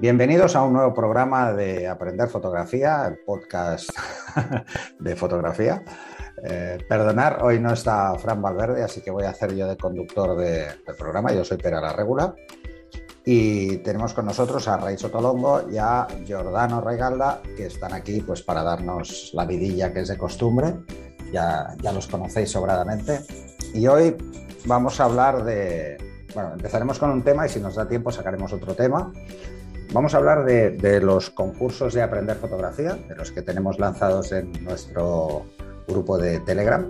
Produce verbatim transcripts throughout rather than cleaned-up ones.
Bienvenidos a un nuevo programa de Aprender Fotografía, el podcast de fotografía. Eh, perdonar, hoy no está Fran Valverde, así que voy a hacer yo de conductor de, del programa. Yo soy Pere La Regula y tenemos con nosotros a Ray Sotolongo y a Giordano Regalda, que están aquí pues, para darnos la vidilla que es de costumbre. Ya, ya los conocéis sobradamente. Y hoy vamos a hablar de... Bueno, empezaremos con un tema y si nos da tiempo sacaremos otro tema. Vamos a hablar de, de los concursos de Aprender Fotografía, de los que tenemos lanzados en nuestro grupo de Telegram,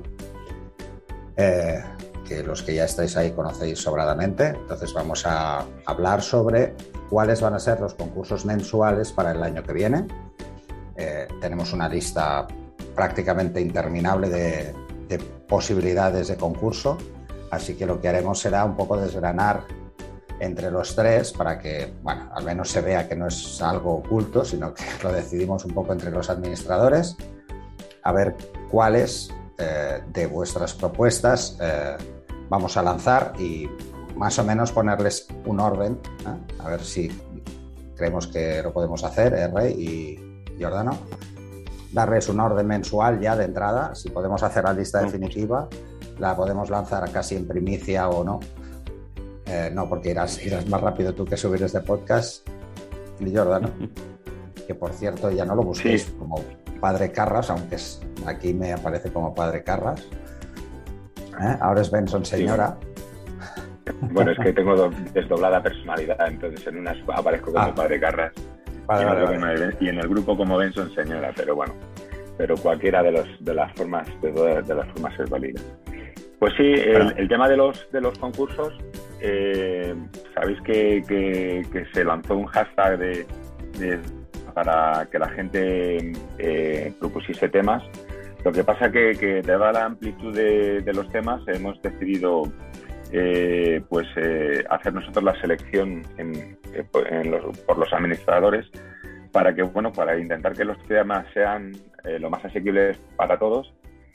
eh, que los que ya estáis ahí conocéis sobradamente. Entonces vamos a hablar sobre cuáles van a ser los concursos mensuales para el año que viene. Eh, tenemos una lista prácticamente interminable de, de posibilidades de concurso, así que lo que haremos será un poco desgranar entre los tres para que, bueno, al menos se vea que no es algo oculto, sino que lo decidimos un poco entre los administradores, a ver cuáles eh, de vuestras propuestas eh, vamos a lanzar y más o menos ponerles un orden, ¿eh? A ver si creemos que lo podemos hacer, ¿eh, Rey y Giordano? Darles un orden mensual ya de entrada, si podemos hacer la lista definitiva, la podemos lanzar casi en primicia o no. Eh, no, porque irás, irás más rápido tú que subir este podcast, y Giordano, que por cierto ya no lo busquéis sí. como Padre Carras, aunque es, aquí me aparece como Padre Carras. ¿Eh? Ahora es Benson Señora. Sí. Bueno, es que tengo desdoblada personalidad, entonces en unas aparezco como ah. Padre Carras vale, y, vale, vale. y en el grupo como Benson Señora, pero bueno, pero cualquiera de, los, de las formas de, de las formas es válida. Pues sí, el, el tema de los de los concursos, eh, sabéis que, que, que se lanzó un hashtag de, de, para que la gente eh, propusiese temas. Lo que pasa que, que dada la amplitud de, de los temas, hemos decidido eh, pues eh, hacer nosotros la selección en, en los, por los administradores para que bueno para intentar que los temas sean eh, lo más asequibles para todos.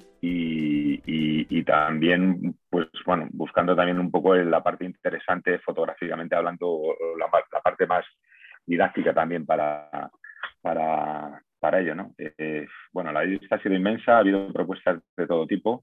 Y, y, y también, pues bueno, buscando también un poco la parte interesante fotográficamente hablando, la, la parte más didáctica también para, para, para ello, ¿no? Eh, bueno, la lista ha sido inmensa, ha habido propuestas de todo tipo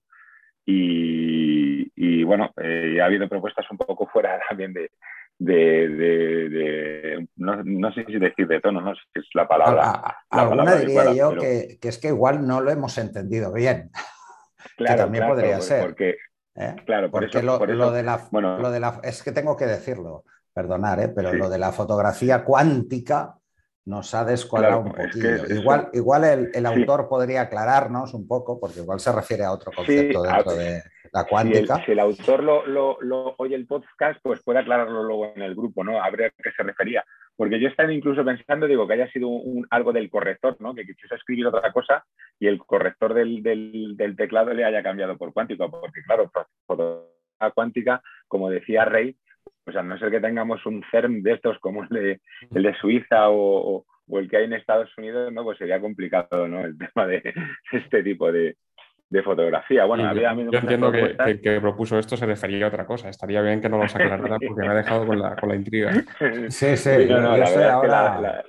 y, y bueno, eh, ha habido propuestas un poco fuera también de, de, de, de no, no sé si decir de tono, no sé si es la palabra. A, a, la alguna palabra diría adecuada, yo pero... que, que es que igual no lo hemos entendido bien. Claro, que también claro, podría ser. Porque, ¿eh? claro, por porque eso, lo, por eso, lo, de la, bueno, lo de la... Es que tengo que decirlo, perdonar, ¿eh? pero sí. lo de la fotografía cuántica nos ha descuadrado claro, un poquillo. Es que es igual eso. igual el, el autor sí. podría aclararnos un poco, porque igual se refiere a otro concepto sí, dentro a, de la cuántica. Si el, si el autor lo, lo, lo oye el podcast, pues puede aclararlo luego en el grupo, ¿no? A ver a qué se refería. Porque yo estaba incluso pensando, digo, que haya sido un, algo del corrector, ¿no? Que quisiese escribir otra cosa y el corrector del, del, del teclado le haya cambiado por cuántico. Porque, claro, fotografía cuántica, como decía Rey, pues a no ser que tengamos un CERN de estos como el de, el de Suiza o, o, o el que hay en Estados Unidos, ¿no? Pues sería complicado, ¿no? El tema de este tipo de... de fotografía. Bueno, sí, había yo, yo entiendo que, que el que propuso esto se refería a otra cosa. Estaría bien que no los aclarara porque me ha dejado con la, con la intriga. Sí, sí, sí no, no, yo, yo la verdad ahora... es que la, la,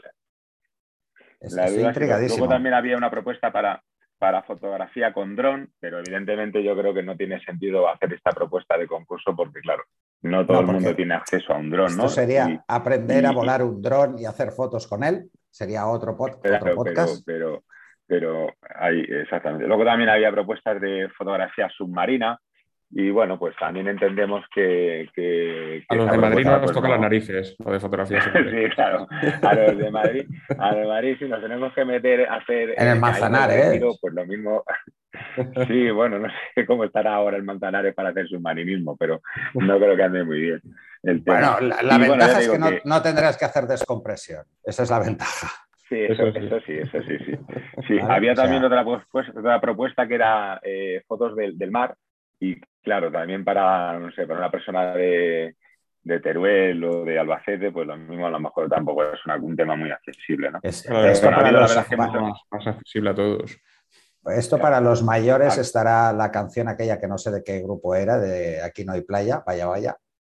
es, la estoy duda intrigadísimo. Luego también había una propuesta para, para fotografía con dron, pero evidentemente yo creo que no tiene sentido hacer esta propuesta de concurso porque, claro, no todo no, el mundo tiene acceso a un dron, esto ¿no? sería y, aprender y, a volar un dron y hacer fotos con él. Sería otro, pod claro, otro podcast. Pero, pero, pero hay, exactamente. Luego también había propuestas de fotografía submarina y bueno, pues también entendemos que... que, que a los de Madrid no nos pues, tocan no... las narices, lo de fotografía submarina. Sí, claro. A los de Madrid, a los de Madrid si nos tenemos que meter a hacer... En el eh, Manzanares. ¿eh? Pues lo mismo... Sí, bueno, no sé cómo estará ahora el Manzanares para hacer submarinismo, pero no creo que ande muy bien el tema. Bueno, la, la y, ventaja bueno, es que no, que no tendrás que hacer descompresión. Esa es la ventaja. Sí, eso, eso, sí. eso sí, eso sí, sí. sí ¿Vale? Había o sea... también otra, pues, otra propuesta que era eh, fotos del, del mar y claro, también para, no sé, para una persona de, de Teruel o de Albacete, pues lo mismo a lo mejor tampoco es una, un tema muy accesible, ¿no? Es, claro, esto para los, la verdad es más, más accesible a todos. Esto para los mayores estará la canción aquella que no sé de qué grupo era, de Aquí no hay playa, vaya, vaya.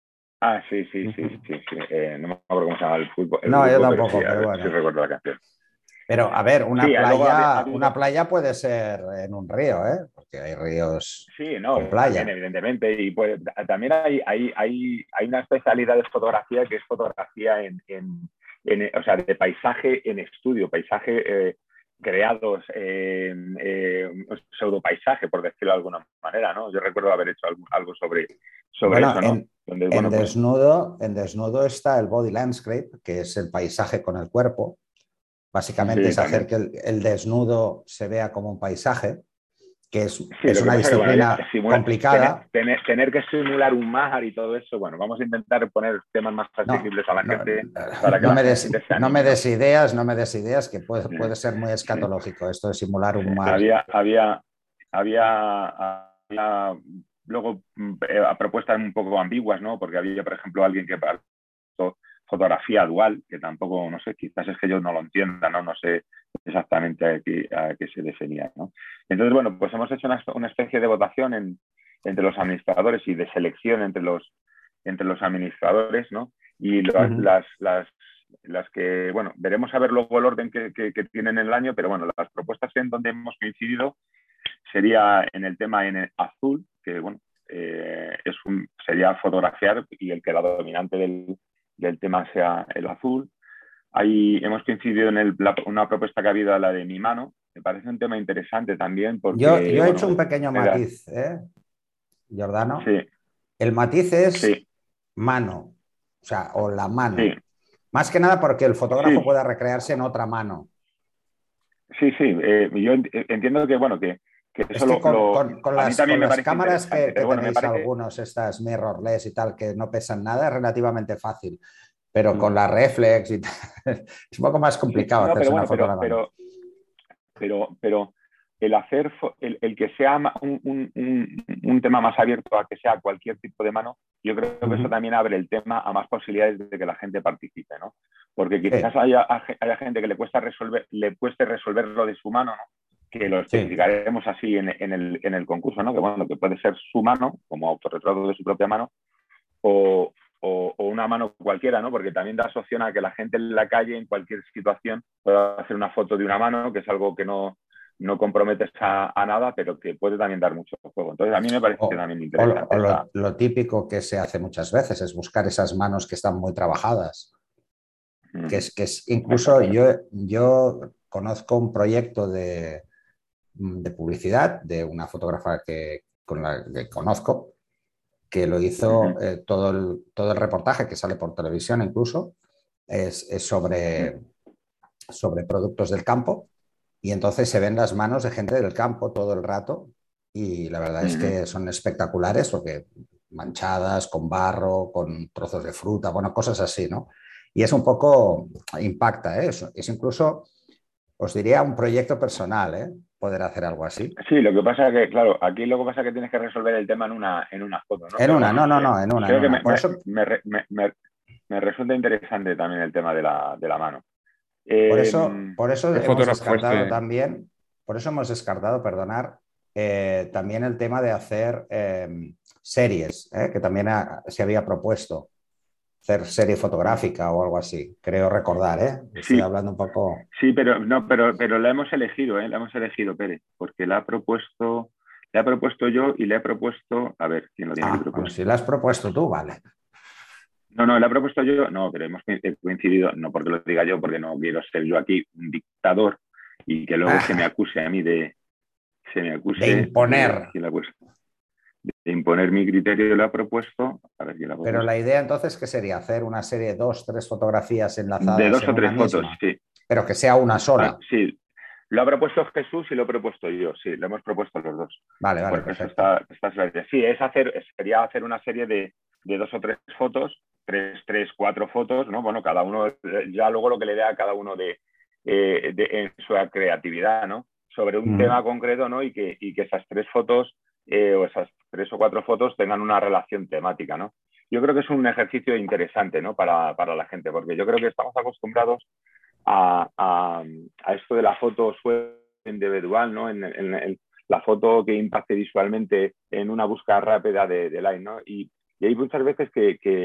Ah, sí, sí, sí, sí, sí. Eh, no me acuerdo cómo se llama el fútbol. El No, grupo, yo pero tampoco, sí, a pero ver, bueno. sí recuerdo la canción. Pero, a ver, una Sí, luego ha playa, una habido... playa puede ser en un río, ¿eh? Porque hay ríos Sí, no, con también, playa. evidentemente. Y pues, también hay, hay, hay, hay una especialidad de fotografía que es fotografía en, en, en o sea, de paisaje en estudio, paisaje eh, creados, eh, eh, pseudopaisaje, por decirlo de alguna manera, ¿no? Yo recuerdo haber hecho algo, algo sobre, sobre Bueno, eso, ¿no? en, Donde, en bueno, pues... desnudo, en desnudo está el body landscape, que es el paisaje con el cuerpo. Básicamente Sí, es hacer también. que el, el desnudo se vea como un paisaje, que es, Sí, es lo que una pasa es que, bueno, ya disciplina simula, tener, complicada. tener, tener que simular un mar y todo eso, bueno, vamos a intentar poner temas más No, accesibles a la no, gente para que no, la me des, gente se no me anime, ¿no? des ideas, no me des ideas, que puede, Sí, puede ser muy sí, escatológico esto de simular sí. un mar. Había, había, había, había luego eh, propuestas un poco ambiguas, ¿no? Porque había, por ejemplo, alguien que fotografía dual, que tampoco, no sé, quizás es que yo no lo entienda, ¿no? No sé exactamente a qué, a qué se definía, ¿no? Entonces, bueno, pues hemos hecho una, una especie de votación en, entre los administradores y de selección entre los, entre los administradores, ¿no? Y las, Uh-huh. las, las, las que, bueno, veremos a ver luego el orden que, que, que tienen en el año, pero bueno, las propuestas en donde hemos coincidido sería en el tema en el azul, que, bueno, eh, es un, sería fotografiar y el que la dominante del, del tema sea el azul. Ahí hemos coincidido en el, la, una propuesta que ha habido, la de mi mano. Me parece un tema interesante también Yo, porque, yo he bueno, hecho un pequeño era, matiz, ¿eh, Giordano? sí, El matiz es sí, mano, o sea, o la sí, mano. Más que nada porque el sí, fotógrafo pueda recrearse en otra mano. sí, sí. Eh, yo entiendo que, bueno, que, que Es eso que lo, con, lo, con, con, a mí las, con también me las parece cámaras que, interesante, que pero bueno, me tenéis parece... algunos, estas mirrorless y tal, que no pesan nada, es relativamente fácil. Pero Mm, con la reflex y tal, es un poco más sí, complicado no, pero hacerse una bueno, foto a la pero, mano. pero, pero, pero el hacer, el, el que sea un, un, un, un, tema más abierto a que sea cualquier tipo de mano, yo creo que eso Uh-huh. también abre el tema a más posibilidades de que la gente participe, ¿no? Porque quizás Sí, haya, haya gente que le cuesta resolver, le cueste resolver lo de su mano, ¿no? Que lo sí. especificaremos así en, en, el, en el concurso, ¿no? Que bueno, que puede ser su mano, como autorretrato de su propia mano, o, o, o, una mano cualquiera, ¿no? Porque también da opción a que la gente en la calle, en cualquier situación, pueda hacer una foto de una mano, que es algo que no, no comprometes a, a nada, pero que puede también dar mucho juego. Entonces, a mí me parece O, también o, o interesante esa... lo, lo típico que se hace muchas veces es buscar esas manos que están muy trabajadas. Que es, que es Eso. incluso yo, yo conozco un proyecto de, de publicidad de una fotógrafa que, con la que conozco, que lo hizo Uh-huh. eh, todo, el, todo el reportaje que sale por televisión incluso, es, es sobre, sobre productos del campo y entonces se ven las manos de gente del campo todo el rato y la verdad es Uh-huh. que son espectaculares porque manchadas, con barro, con trozos de fruta, bueno, cosas así, ¿no? Y es un poco, impacta, ¿eh? Es, es incluso, os diría, un proyecto personal, ¿eh? Poder hacer algo así. Sí, lo que pasa es que, claro, aquí lo que pasa es que tienes que resolver el tema en una, en una foto, ¿no? En Pero una, bueno, no, no, eh, no, en una, en creo que una. me, Por me, eso, me, me, me, me resulta interesante también el tema de la, de la mano. por Eh, eso, por eso ¿Qué hemos fotógrafo descartado este? también, por eso hemos descartado, perdonar, eh, también el tema de hacer eh, series, ¿eh? Que también ha, se había propuesto hacer serie fotográfica o algo así. Creo recordar, ¿eh? Estoy sí, hablando un poco. sí, pero no, pero, pero la hemos elegido, ¿eh? La hemos elegido, Pérez, porque la ha propuesto, la he propuesto yo y le he propuesto, a ver, ¿quién lo tiene aquí Ah, bueno, si propuesto? la has propuesto tú, vale. No, no, la he propuesto yo, no, pero hemos coincidido, no porque lo diga yo, porque no quiero ser yo aquí un dictador y que luego se me Ah, acuse a mí de, se me de acuse, a ver, imponer. ¿quién la ha puesto? De imponer mi criterio, la ha propuesto, a ver quién la ha Pero propuesto. la idea entonces, ¿qué sería? Hacer una serie de dos, tres fotografías De enlazadas dos en o una tres fotos, misma, sí. pero que sea una Ah, sola. sí, lo ha propuesto Jesús y lo he propuesto yo, sí, lo hemos propuesto los dos. Vale, vale, Por eso perfecto. está, está la idea. Sí, es hacer, sería hacer una serie de, de dos o tres fotos, tres, tres, cuatro fotos, ¿no? Bueno, cada uno, ya luego lo que le dé a cada uno de, eh, de en su creatividad, ¿no? Sobre un Uh-huh. tema concreto, ¿no? Y que, y que esas tres fotos eh, o esas tres o cuatro fotos tengan una relación temática, ¿no? Yo creo que es un ejercicio interesante, ¿no? Para, para la gente, porque yo creo que estamos acostumbrados a, a, a esto de la foto individual, ¿no? En, en, en, la foto que impacte visualmente en una búsqueda rápida de, de like, ¿no? Y, y hay muchas veces que, que,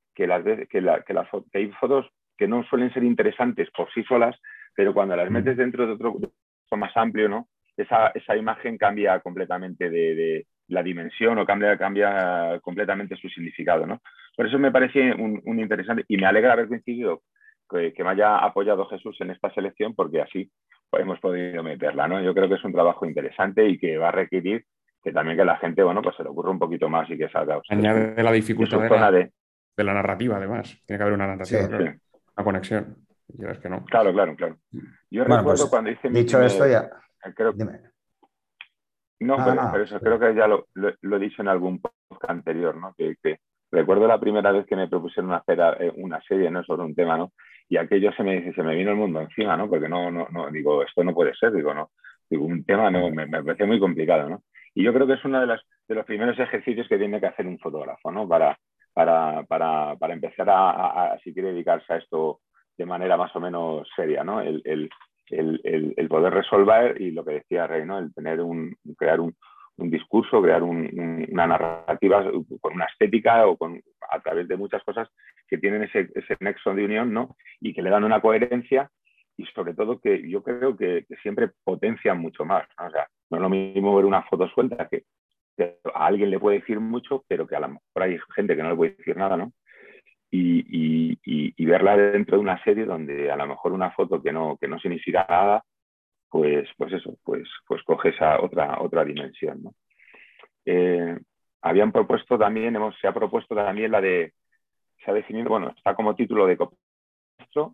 que, las, que, la, que, la, que hay fotos que no suelen ser interesantes por sí solas, pero cuando las metes dentro de otro grupo más amplio, ¿no? Esa, esa imagen cambia completamente de, de la dimensión o cambia, cambia completamente su significado, ¿no? Por eso me parece un, un interesante y me alegra haber coincidido que, que me haya apoyado Jesús en esta selección porque así pues, hemos podido meterla, ¿no? Yo creo que es un trabajo interesante y que va a requerir que también que la gente, bueno, pues se le ocurra un poquito más y que salga. Añade de la dificultad de, de, la, de... de la narrativa, además. Tiene que haber una narrativa, sí, claro. Sí. Una conexión. Y es que no. Claro, claro, claro. Yo bueno, recuerdo pues, cuando hice dicho mi... esto ya... Creo... Dime. No, No, pero, no, pero eso sí. creo que ya lo, lo, lo he dicho en algún podcast anterior, ¿no? Que, que recuerdo la primera vez que me propusieron hacer una serie, ¿no? Sobre un tema, ¿no? Y aquello se me, se me vino el mundo encima, ¿no? Porque no, no, no, digo, esto no puede ser, digo, no. Digo, un tema no, me, me parece muy complicado, ¿no? Y yo creo que es uno de, las, de los primeros ejercicios que tiene que hacer un fotógrafo, ¿no? Para, para, para, para empezar a, a, a, si quiere dedicarse a esto de manera más o menos seria, ¿no? El, el, el, el, el poder resolver y lo que decía Rey, ¿no? El tener un, crear un, un discurso, crear un, un, una narrativa con una estética o con, a través de muchas cosas que tienen ese, ese nexo de unión, ¿no? Y que le dan una coherencia y sobre todo que yo creo que, que siempre potencian mucho más, ¿no? O sea, no es lo mismo ver una foto suelta que, que a alguien le puede decir mucho, pero que a lo mejor hay gente que no le puede decir nada, ¿no? Y, y, y, y verla dentro de una serie donde a lo mejor una foto que no, que no significa nada, pues, pues eso, pues, pues coge esa otra, otra dimensión, ¿no? Eh, habían propuesto también, hemos, se ha propuesto también la de, se ha definido, bueno, está como título de copmaestro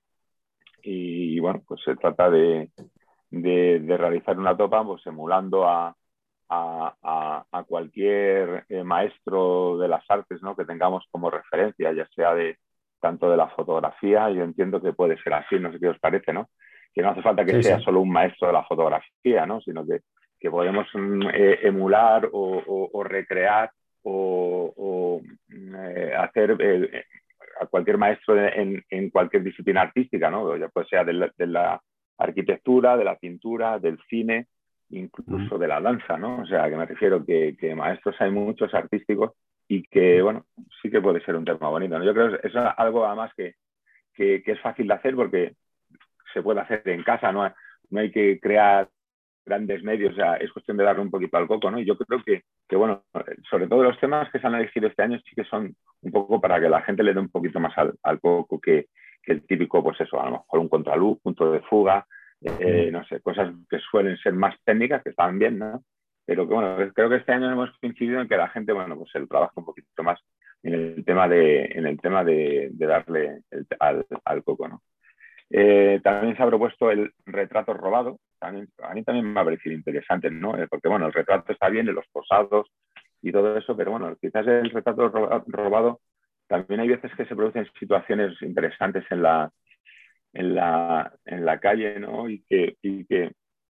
y bueno, pues se trata de, de, de realizar una topa pues emulando a, a, a, a cualquier eh, maestro de las artes, ¿no? Que tengamos como referencia, ya sea de tanto de la fotografía, yo entiendo que puede ser así, no sé qué os parece, ¿no? Que no hace falta que Sí, sea sí. solo un maestro de la fotografía, ¿no? Sino que, que podemos eh, emular o, o, o recrear o, o eh, hacer eh, a cualquier maestro de, en, en cualquier disciplina artística, ¿no? Ya pues sea de la, de la arquitectura, de la pintura, del cine, incluso de la danza, ¿no? O sea, que me refiero que, que maestros hay muchos artísticos y que, bueno, sí que puede ser un tema bonito, ¿no? Yo creo que es algo además que, que, que es fácil de hacer porque se puede hacer en casa, no, no hay que crear grandes medios, o sea, es cuestión de darle un poquito al coco, ¿no? Y yo creo que, que, bueno, sobre todo los temas que se han elegido este año sí que son un poco para que la gente le dé un poquito más al, al coco que, que el típico, pues eso, a lo mejor un contraluz, punto de fuga, eh, no sé, cosas que suelen ser más técnicas, que están bien, ¿no? Pero que, bueno, creo que este año hemos coincidido en que la gente, bueno, pues el trabaja un poquito más en el tema de, en el tema de, de darle el, al, al coco, ¿no? Eh, también se ha propuesto el retrato robado. También, a mí también me ha parecido interesante, ¿no? Eh, porque, bueno, el retrato está bien de los posados y todo eso, pero, bueno, quizás el retrato robado también hay veces que se producen situaciones interesantes en la, en la, en la calle, ¿no? Y que, y que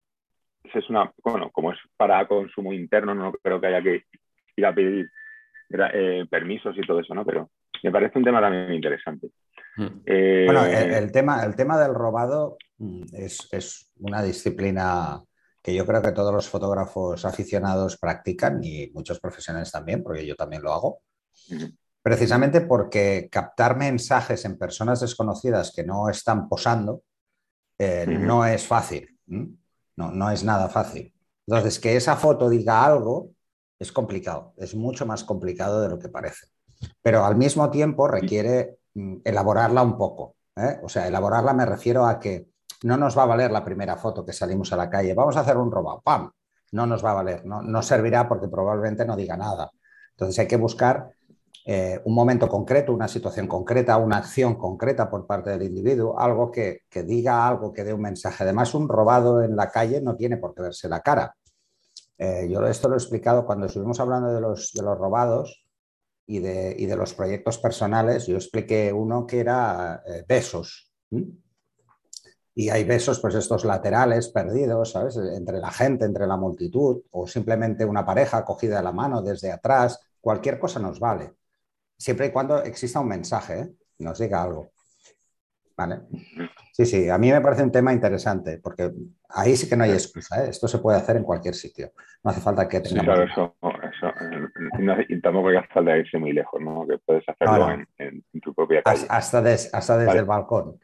es una, bueno, como es para consumo interno, no creo que haya que ir a pedir eh, permisos y todo eso, ¿no? Pero me parece un tema también interesante. Eh, bueno, el, el, tema, el tema del robado es, es una disciplina que yo creo que todos los fotógrafos aficionados practican y muchos profesionales también, porque yo también lo hago. Uh-huh. Precisamente porque captar mensajes en personas desconocidas que no están posando eh, uh-huh. no es fácil, no, no es nada fácil. Entonces, que esa foto diga algo es complicado, es mucho más complicado de lo que parece. Pero al mismo tiempo requiere elaborarla un poco, ¿eh? O sea, elaborarla me refiero a que no nos va a valer la primera foto que salimos a la calle, vamos a hacer un robado, ¡pam! No nos va a valer, no, no servirá porque probablemente no diga nada. Entonces hay que buscar eh, un momento concreto, una situación concreta, una acción concreta por parte del individuo, algo que, que diga algo, que dé un mensaje. Además, un robado en la calle no tiene por qué verse la cara. Eh, yo esto lo he explicado cuando estuvimos hablando de los, de los robados. Y de, y de los proyectos personales, yo expliqué uno que era eh, besos. ¿Mm? Y hay besos, pues estos laterales perdidos, ¿sabes? Entre la gente, entre la multitud, o simplemente una pareja cogida de la mano desde atrás. Cualquier cosa nos vale, siempre y cuando exista un mensaje, ¿eh? Nos diga algo. Vale. Sí, sí, a mí me parece un tema interesante, porque ahí sí que no hay excusa, ¿eh? Esto se puede hacer en cualquier sitio. No hace falta que Sí, tengamos... claro, eso, eso y, no, y tampoco hay falta irse muy lejos, ¿no? Que puedes No, hacerlo en, no. en, en tu propia calle. Hasta, des, hasta desde el Vale. balcón.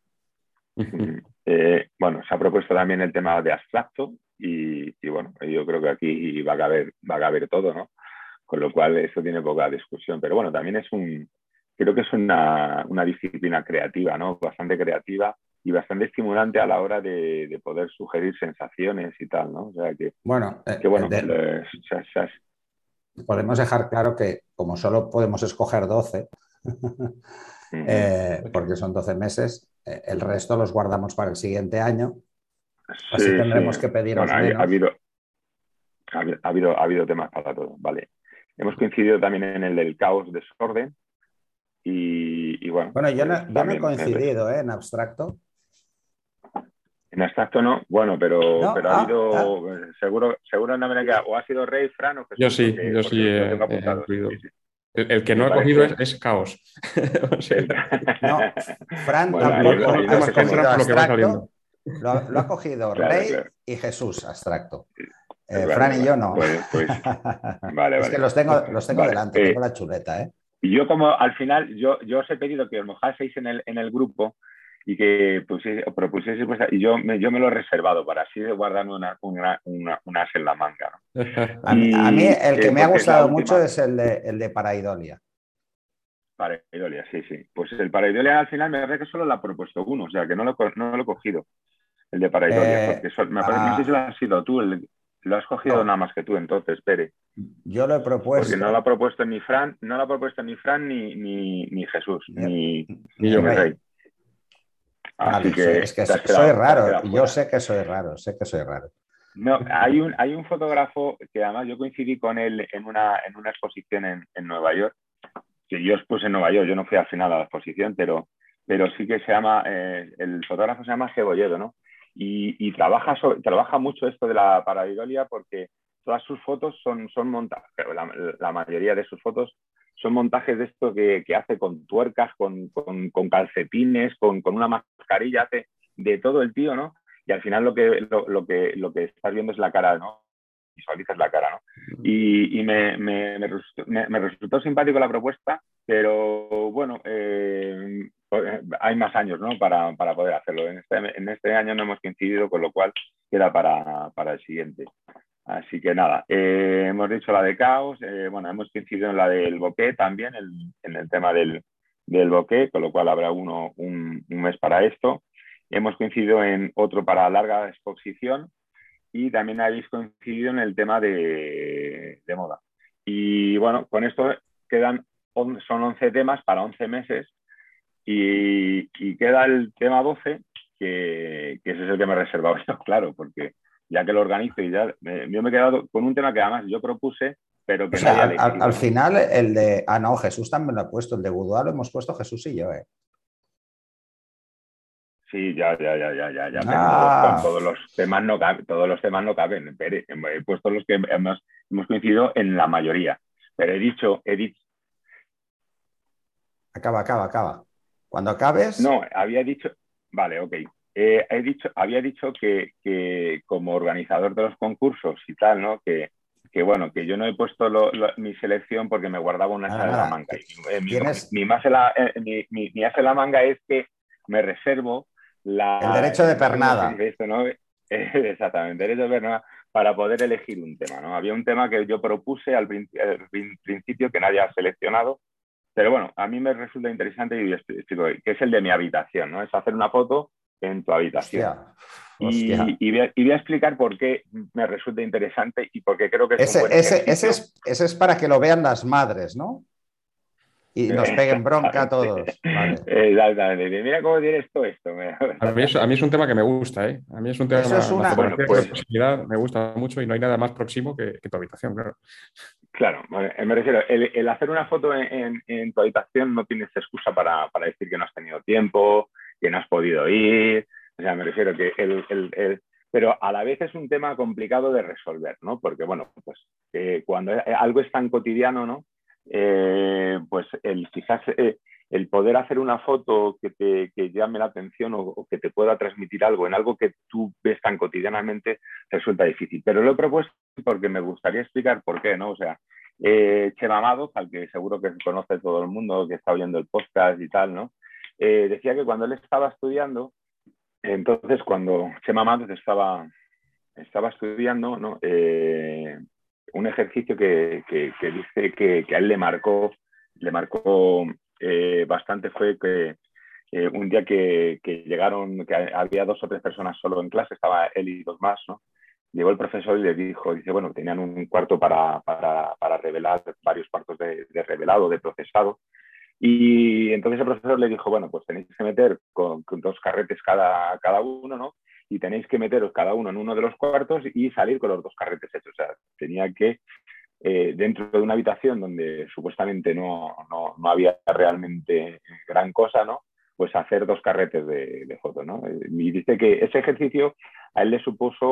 Eh, bueno, se ha propuesto también el tema de abstracto y, y bueno, yo creo que aquí va a caber, va a caber todo, ¿no? Con lo cual eso tiene poca discusión. Pero bueno, también es un, creo que es una, una disciplina creativa, ¿no? Bastante creativa y bastante estimulante a la hora de, de poder sugerir sensaciones y tal, ¿no? O sea que, Bueno, eh, que bueno, de, les, se, se, podemos dejar claro que como solo podemos escoger doce, uh-huh. eh, porque son doce meses, eh, el resto los guardamos para el siguiente año, así Sí, tendremos sí. que pediros Bueno, hay, ha, menos. habido, ha, habido, ha habido temas para todo, ¿vale? Hemos coincidido también en el del caos, desorden y, y bueno, Bueno, yo pues no, yo no he también eh, coincidido, ¿eh? En abstracto. en abstracto no, bueno, pero, No, pero ha ah, ah. habido, seguro, seguro en América, o ha sido Rey, Fran o Yo Jesús, sí, porque, yo sí porque lo he, tengo he apuntado, sí, incluido. sí, sí. El, el Y que me no he cogido es, parece... es caos. O sea, El... No, Fran bueno, los, ahí, los tampoco ahí ha temas no sé que cómo... entran escogido por lo que va abstracto, saliendo. lo ha, lo ha cogido Claro, Rey claro, y Jesús abstracto. es Eh, verdad, Fran es y yo verdad. no. Pues, pues, vale, Es que vale. los tengo, los tengo Vale. delante, tengo Eh, la chuleta, ¿eh? y yo como al final, yo, yo os he pedido que os mojaseis en el, en el grupo y que pusiese, propusieseis vuestra, y yo me, yo me lo he reservado para así de guardarme una, una, una, una as en la manga, ¿no? A mí, a mí Y el que eh, me ha porque es la gustado mucho última. es el de, el de Paraidolia. Pareidolia, sí, sí. Pues el Pareidolia al final me parece que solo lo ha propuesto uno, o sea que no lo, no lo he cogido, el de Pareidolia, Eh, porque sol, me parece, no sé si lo ah, has sido tú, el, lo has cogido nada no, más que tú, entonces, Pere, yo lo he porque no lo propuesto, ha propuesto ni Fran, no lo ha propuesto ni Fran ni, ni, ni Jesús, ni, ni, Y ni yo. ni Rey. Rey. Así Vale, so- que es que te has soy quedado, te has raro, quedado yo fuera. sé que soy raro, sé que soy raro. No, hay un, hay un fotógrafo que además yo coincidí con él en una, en una exposición en, en Nueva York, que yo expuse en Nueva York, yo no fui al final a la exposición, pero, pero sí que se llama, eh, el fotógrafo se llama Cebolledo, ¿no? Y, y trabaja, so, trabaja mucho esto de la pareidolia porque todas sus fotos son, son montajes, la, la mayoría de sus fotos son montajes de esto que, que hace con tuercas, con, con, con calcetines, con, con una mascarilla, hace de todo el tío, ¿no? Y al final lo que, lo, lo, que, lo que estás viendo es la cara, ¿no? Visualizas la cara, ¿no? Y, y me, me, me, resultó, me, me, resultó simpático la propuesta, pero bueno, eh, hay más años, ¿no? Para, para poder hacerlo. En este, en este año no hemos coincidido, con lo cual queda para, para el siguiente. Así que nada, eh, hemos dicho la de caos, eh, bueno, hemos coincidido en la del bokeh también, el, en el tema del, del bokeh, con lo cual habrá uno un, un mes para esto. Hemos coincidido en otro para larga exposición y también habéis coincidido en el tema de, de moda. Y bueno, con esto quedan, on, son once temas para once meses y, y queda el tema doce, que, que ese es el que me he reservado yo, claro, porque ya que lo organizo y ya, eh, yo me he quedado con un tema que además yo propuse, pero que O sea, nadie ha al, al, elegido, al ¿no? final el de... Ah, no, Jesús también lo ha puesto, el de Boudoir lo hemos puesto Jesús y yo, ¿eh? Sí, ya, ya, ya, ya, ya, ya, pero todos, Ah, todos los temas no caben, todos los temas no caben. Pere, he puesto los que hemos, hemos coincidido en la mayoría, pero he dicho, he dicho, acaba, acaba, acaba. Cuando acabes... no, había dicho, vale, ok. Eh, he dicho, había dicho que, que como organizador de los concursos y tal, ¿no? Que, que bueno, que yo no he puesto lo, lo, mi selección porque me guardaba una Nada, asa en la nada. manga. Y, eh, mi, Tienes mi, más en la, eh, mi, mi, mi asa en la manga es que me reservo el la, derecho de eh, no sé cómo se pernada. dice esto, ¿no? Eh, exactamente, derecho de pernada para poder elegir un tema, ¿no? Había un tema que yo propuse al, al principio que nadie ha seleccionado. Pero bueno, a mí me resulta interesante y explico que es el de mi habitación, ¿no? Es hacer una foto en tu habitación. Hostia, hostia. Y, y, voy a, y voy a explicar por qué me resulta interesante y por qué creo que es un Ese, buen ese, ese, ejercicio. es, ese es para que lo vean las madres, ¿no? Y nos peguen bronca a Exactamente. todos. Vale. Exactamente. Mira cómo tienes todo esto. A mí, es, a mí es un tema que me gusta, ¿eh? A mí es un Eso tema, es la una... Bueno, fotografía con pues la proximidad me gusta mucho y no hay nada más próximo que, que tu habitación, claro. claro, me refiero, el, el hacer una foto en, en, en, tu habitación no tienes excusa para, para decir que no has tenido tiempo, que no has podido ir. O sea, me refiero que el, el, el pero a la vez es un tema complicado de resolver, ¿no? Porque, bueno, pues eh, cuando algo es tan cotidiano, ¿no? Eh, pues el quizás eh, el poder hacer una foto que te que llame la atención o, o que te pueda transmitir algo en algo que tú ves tan cotidianamente resulta difícil. Pero lo he propuesto porque me gustaría explicar por qué, ¿no? O sea, eh, Chema Amado, al que seguro que conoce todo el mundo, que está oyendo el podcast y tal, ¿no? Eh, decía que cuando él estaba estudiando, entonces cuando Chema Amado estaba, estaba estudiando, ¿no? Eh, un ejercicio que, que, que dice que, que a él le marcó, le marcó eh, bastante fue que eh, un día que, que llegaron, que había dos o tres personas solo en clase, estaba él y dos más, ¿no? Llegó el profesor y le dijo, dice, bueno, tenían un cuarto para, para, para revelar, varios cuartos de, de revelado, de procesado, y entonces el profesor le dijo, bueno, pues tenéis que meter con, con dos carretes cada, cada uno, ¿no? Y tenéis que meteros cada uno en uno de los cuartos y salir con los dos carretes hechos. O sea, tenía que, eh, dentro de una habitación donde supuestamente no, no, no había realmente gran cosa, ¿no? Pues hacer dos carretes de, de fotos, ¿no? Y dice que ese ejercicio a él le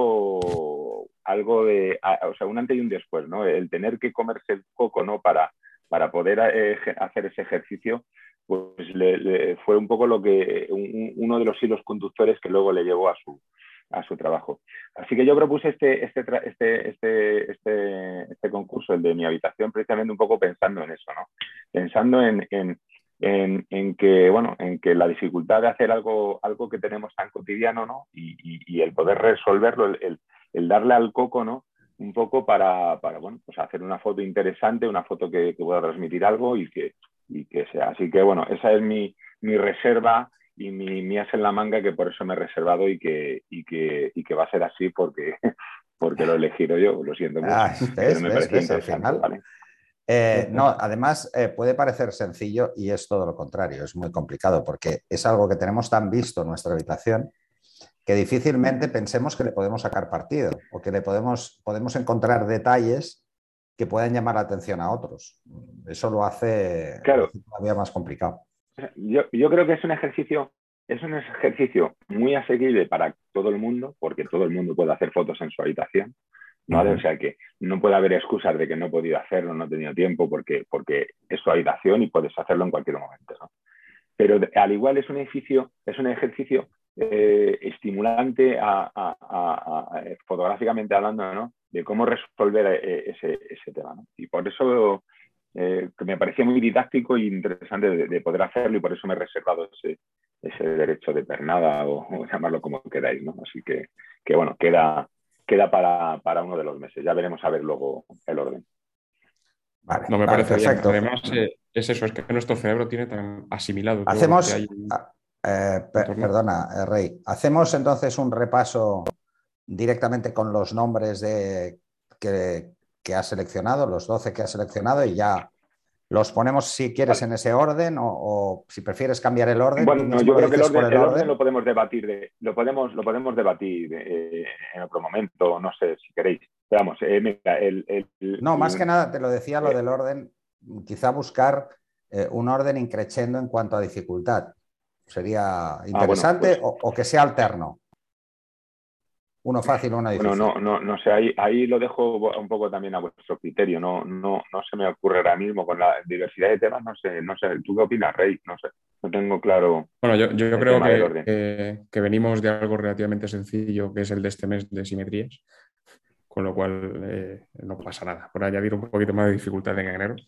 supuso algo de, a, o sea, un antes y un después, ¿no? El tener que comerse el coco, ¿no? Para, para poder eh, hacer ese ejercicio, pues le, le fue un poco lo que un, uno de los hilos conductores que luego le llevó a su, a su trabajo. Así que yo propuse este, este, este, este, este, este concurso, el de mi habitación, precisamente un poco pensando en eso, ¿no? Pensando en, en, en, en que, bueno, en que la dificultad de hacer algo, algo que tenemos tan cotidiano, ¿no? Y, y, y el poder resolverlo, el, el, el darle al coco, ¿no? Un poco para, para bueno, pues hacer una foto interesante, una foto que, que pueda transmitir algo y que, y que sea. Así que, bueno, esa es mi, mi reserva y mi, mi as en la manga, que por eso me he reservado y que, y que, y que va a ser así porque, porque lo he elegido yo, lo siento mucho. Ah, ¿ves? Pero me ¿Ves? parecía ¿Ves? Al interesante, final. ¿vale? Eh, no, además eh, puede parecer sencillo y es todo lo contrario, es muy complicado porque es algo que tenemos tan visto en nuestra habitación que difícilmente pensemos que le podemos sacar partido o que le podemos, podemos encontrar detalles que puedan llamar la atención a otros. Eso lo hace, claro, lo hace todavía más complicado. Yo, yo creo que es un ejercicio, es un ejercicio muy asequible para todo el mundo, porque todo el mundo puede hacer fotos en su habitación, ¿vale? Uh-huh. O sea que no puede haber excusas de que no he podido hacerlo, no he tenido tiempo, porque, porque es su habitación y puedes hacerlo en cualquier momento, ¿no? Pero al igual es un ejercicio, es un ejercicio eh, estimulante a, a, a, a, fotográficamente hablando, ¿no? De cómo resolver eh, ese, ese tema, ¿no? Y por eso eh, que me parecía muy didáctico e interesante de, de poder hacerlo y por eso me he reservado ese, ese derecho de pernada o, o llamarlo como queráis, ¿no? Así que, que bueno, queda, queda para, para uno de los meses. Ya veremos a ver luego el orden. Vale, no me vale, parece perfecto. Bien. Además, eh, es eso, es que nuestro cerebro tiene tan asimilado todo Hacemos, lo que hay. Eh, per, perdona, eh, Rey. Hacemos entonces un repaso directamente con los nombres de, que, que has seleccionado, los doce que has seleccionado, y ya los ponemos si quieres vale. en ese orden o, o si prefieres cambiar el orden. Bueno, no, yo creo que el orden, el, el orden lo podemos debatir, de, lo, podemos, lo podemos debatir eh, en otro momento, no sé si queréis. Pero vamos, eh, mira, el, el, el, No, más que nada te lo decía lo eh, del orden, quizá buscar eh, un orden increciendo en cuanto a dificultad. Sería interesante, ah, bueno, pues, o, o que sea alterno. Uno fácil, uno difícil. Bueno, no, no, no sé, ahí, ahí lo dejo un poco también a vuestro criterio. No, no, no se me ocurre ahora mismo con la diversidad de temas, no sé, no sé. ¿Tú qué opinas, Rey? No sé, no tengo claro. Bueno, yo, yo creo que, que, que venimos de algo relativamente sencillo, que es el de este mes de simetrías, con lo cual eh, no pasa nada. Por añadir un poquito más de dificultad en enero.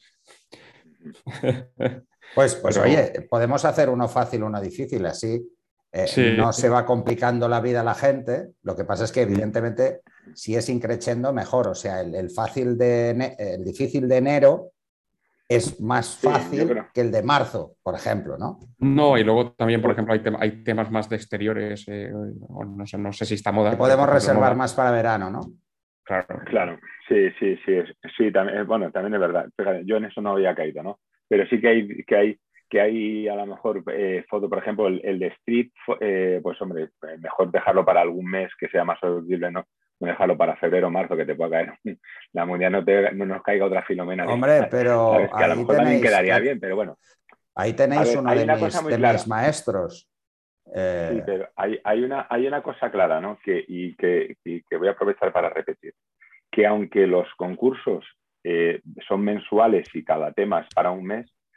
Pues, pues Pero... oye, podemos hacer uno fácil, uno difícil, así eh, sí. no se va complicando la vida a la gente. Lo que pasa es que evidentemente si es increciendo mejor, o sea, el, el fácil de el difícil de enero es más fácil sí, que el de marzo, por ejemplo, ¿no? No, y luego también, por ejemplo, hay, tem hay temas más de exteriores, eh, no, sé, no sé si está moda. Que podemos ejemplo, reservar moda. más para verano, ¿no? Claro, claro, sí, sí, sí, es, sí, también, bueno, también es verdad. Fíjate, yo en eso no había caído, ¿no? Pero sí que hay, que hay, que hay a lo mejor eh, foto, por ejemplo, el, el de street, eh, pues hombre, mejor dejarlo para algún mes que sea más audible, ¿no? No dejarlo para febrero o marzo, que te pueda caer la mundial, no, te, no nos caiga otra Filomena. Hombre, pero ¿sabes? Que a lo mejor tenéis, también quedaría ahí, bien, pero bueno. Ahí tenéis ver, uno de, mis, de mis maestros. Eh... Sí, pero hay, hay, una, hay una cosa clara, ¿no? Que, y, que, y que voy a aprovechar para repetir. Que aunque los concursos eh, son mensuales y cada tema es para un mes,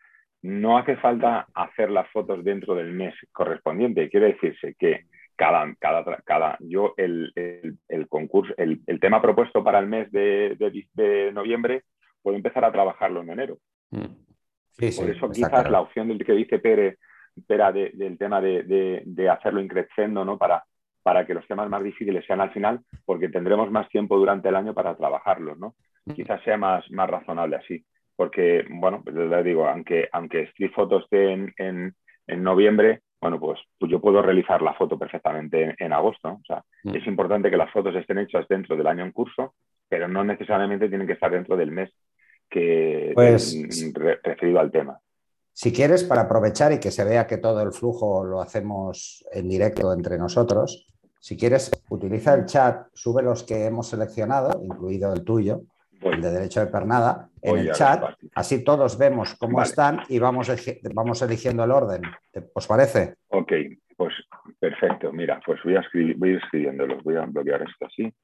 no hace falta hacer las fotos dentro del mes correspondiente. Quiere decirse que cada, cada, cada yo el, el, el concurso, el, el tema propuesto para el mes de, de, de noviembre, puedo empezar a trabajarlo en enero. Sí, sí, por eso quizás claro. La opción del que dice Pere, Pera de, del tema de, de, de hacerlo increciendo, ¿no? Para, para que los temas más difíciles sean al final, porque tendremos más tiempo durante el año para trabajarlos, ¿no? Quizás sea más, más razonable así. Porque, bueno, pues les digo, aunque, aunque Street Photo esté en, en, en noviembre, bueno, pues, pues yo puedo realizar la foto perfectamente en, en agosto, ¿no? O sea, mm. es importante que las fotos estén hechas dentro del año en curso, pero no necesariamente tienen que estar dentro del mes que pues, re, referido al tema. Si quieres, para aprovechar y que se vea que todo el flujo lo hacemos en directo entre nosotros, si quieres, utiliza el chat, sube los que hemos seleccionado, incluido el tuyo, Voy. el de derecho de pernada, en Voy el chat, así todos vemos cómo vale. están y vamos, vamos eligiendo el orden. ¿Os parece? Ok, pues perfecto. Mira, pues voy a, escribir, voy a ir escribiéndolos. Voy a bloquear esto así.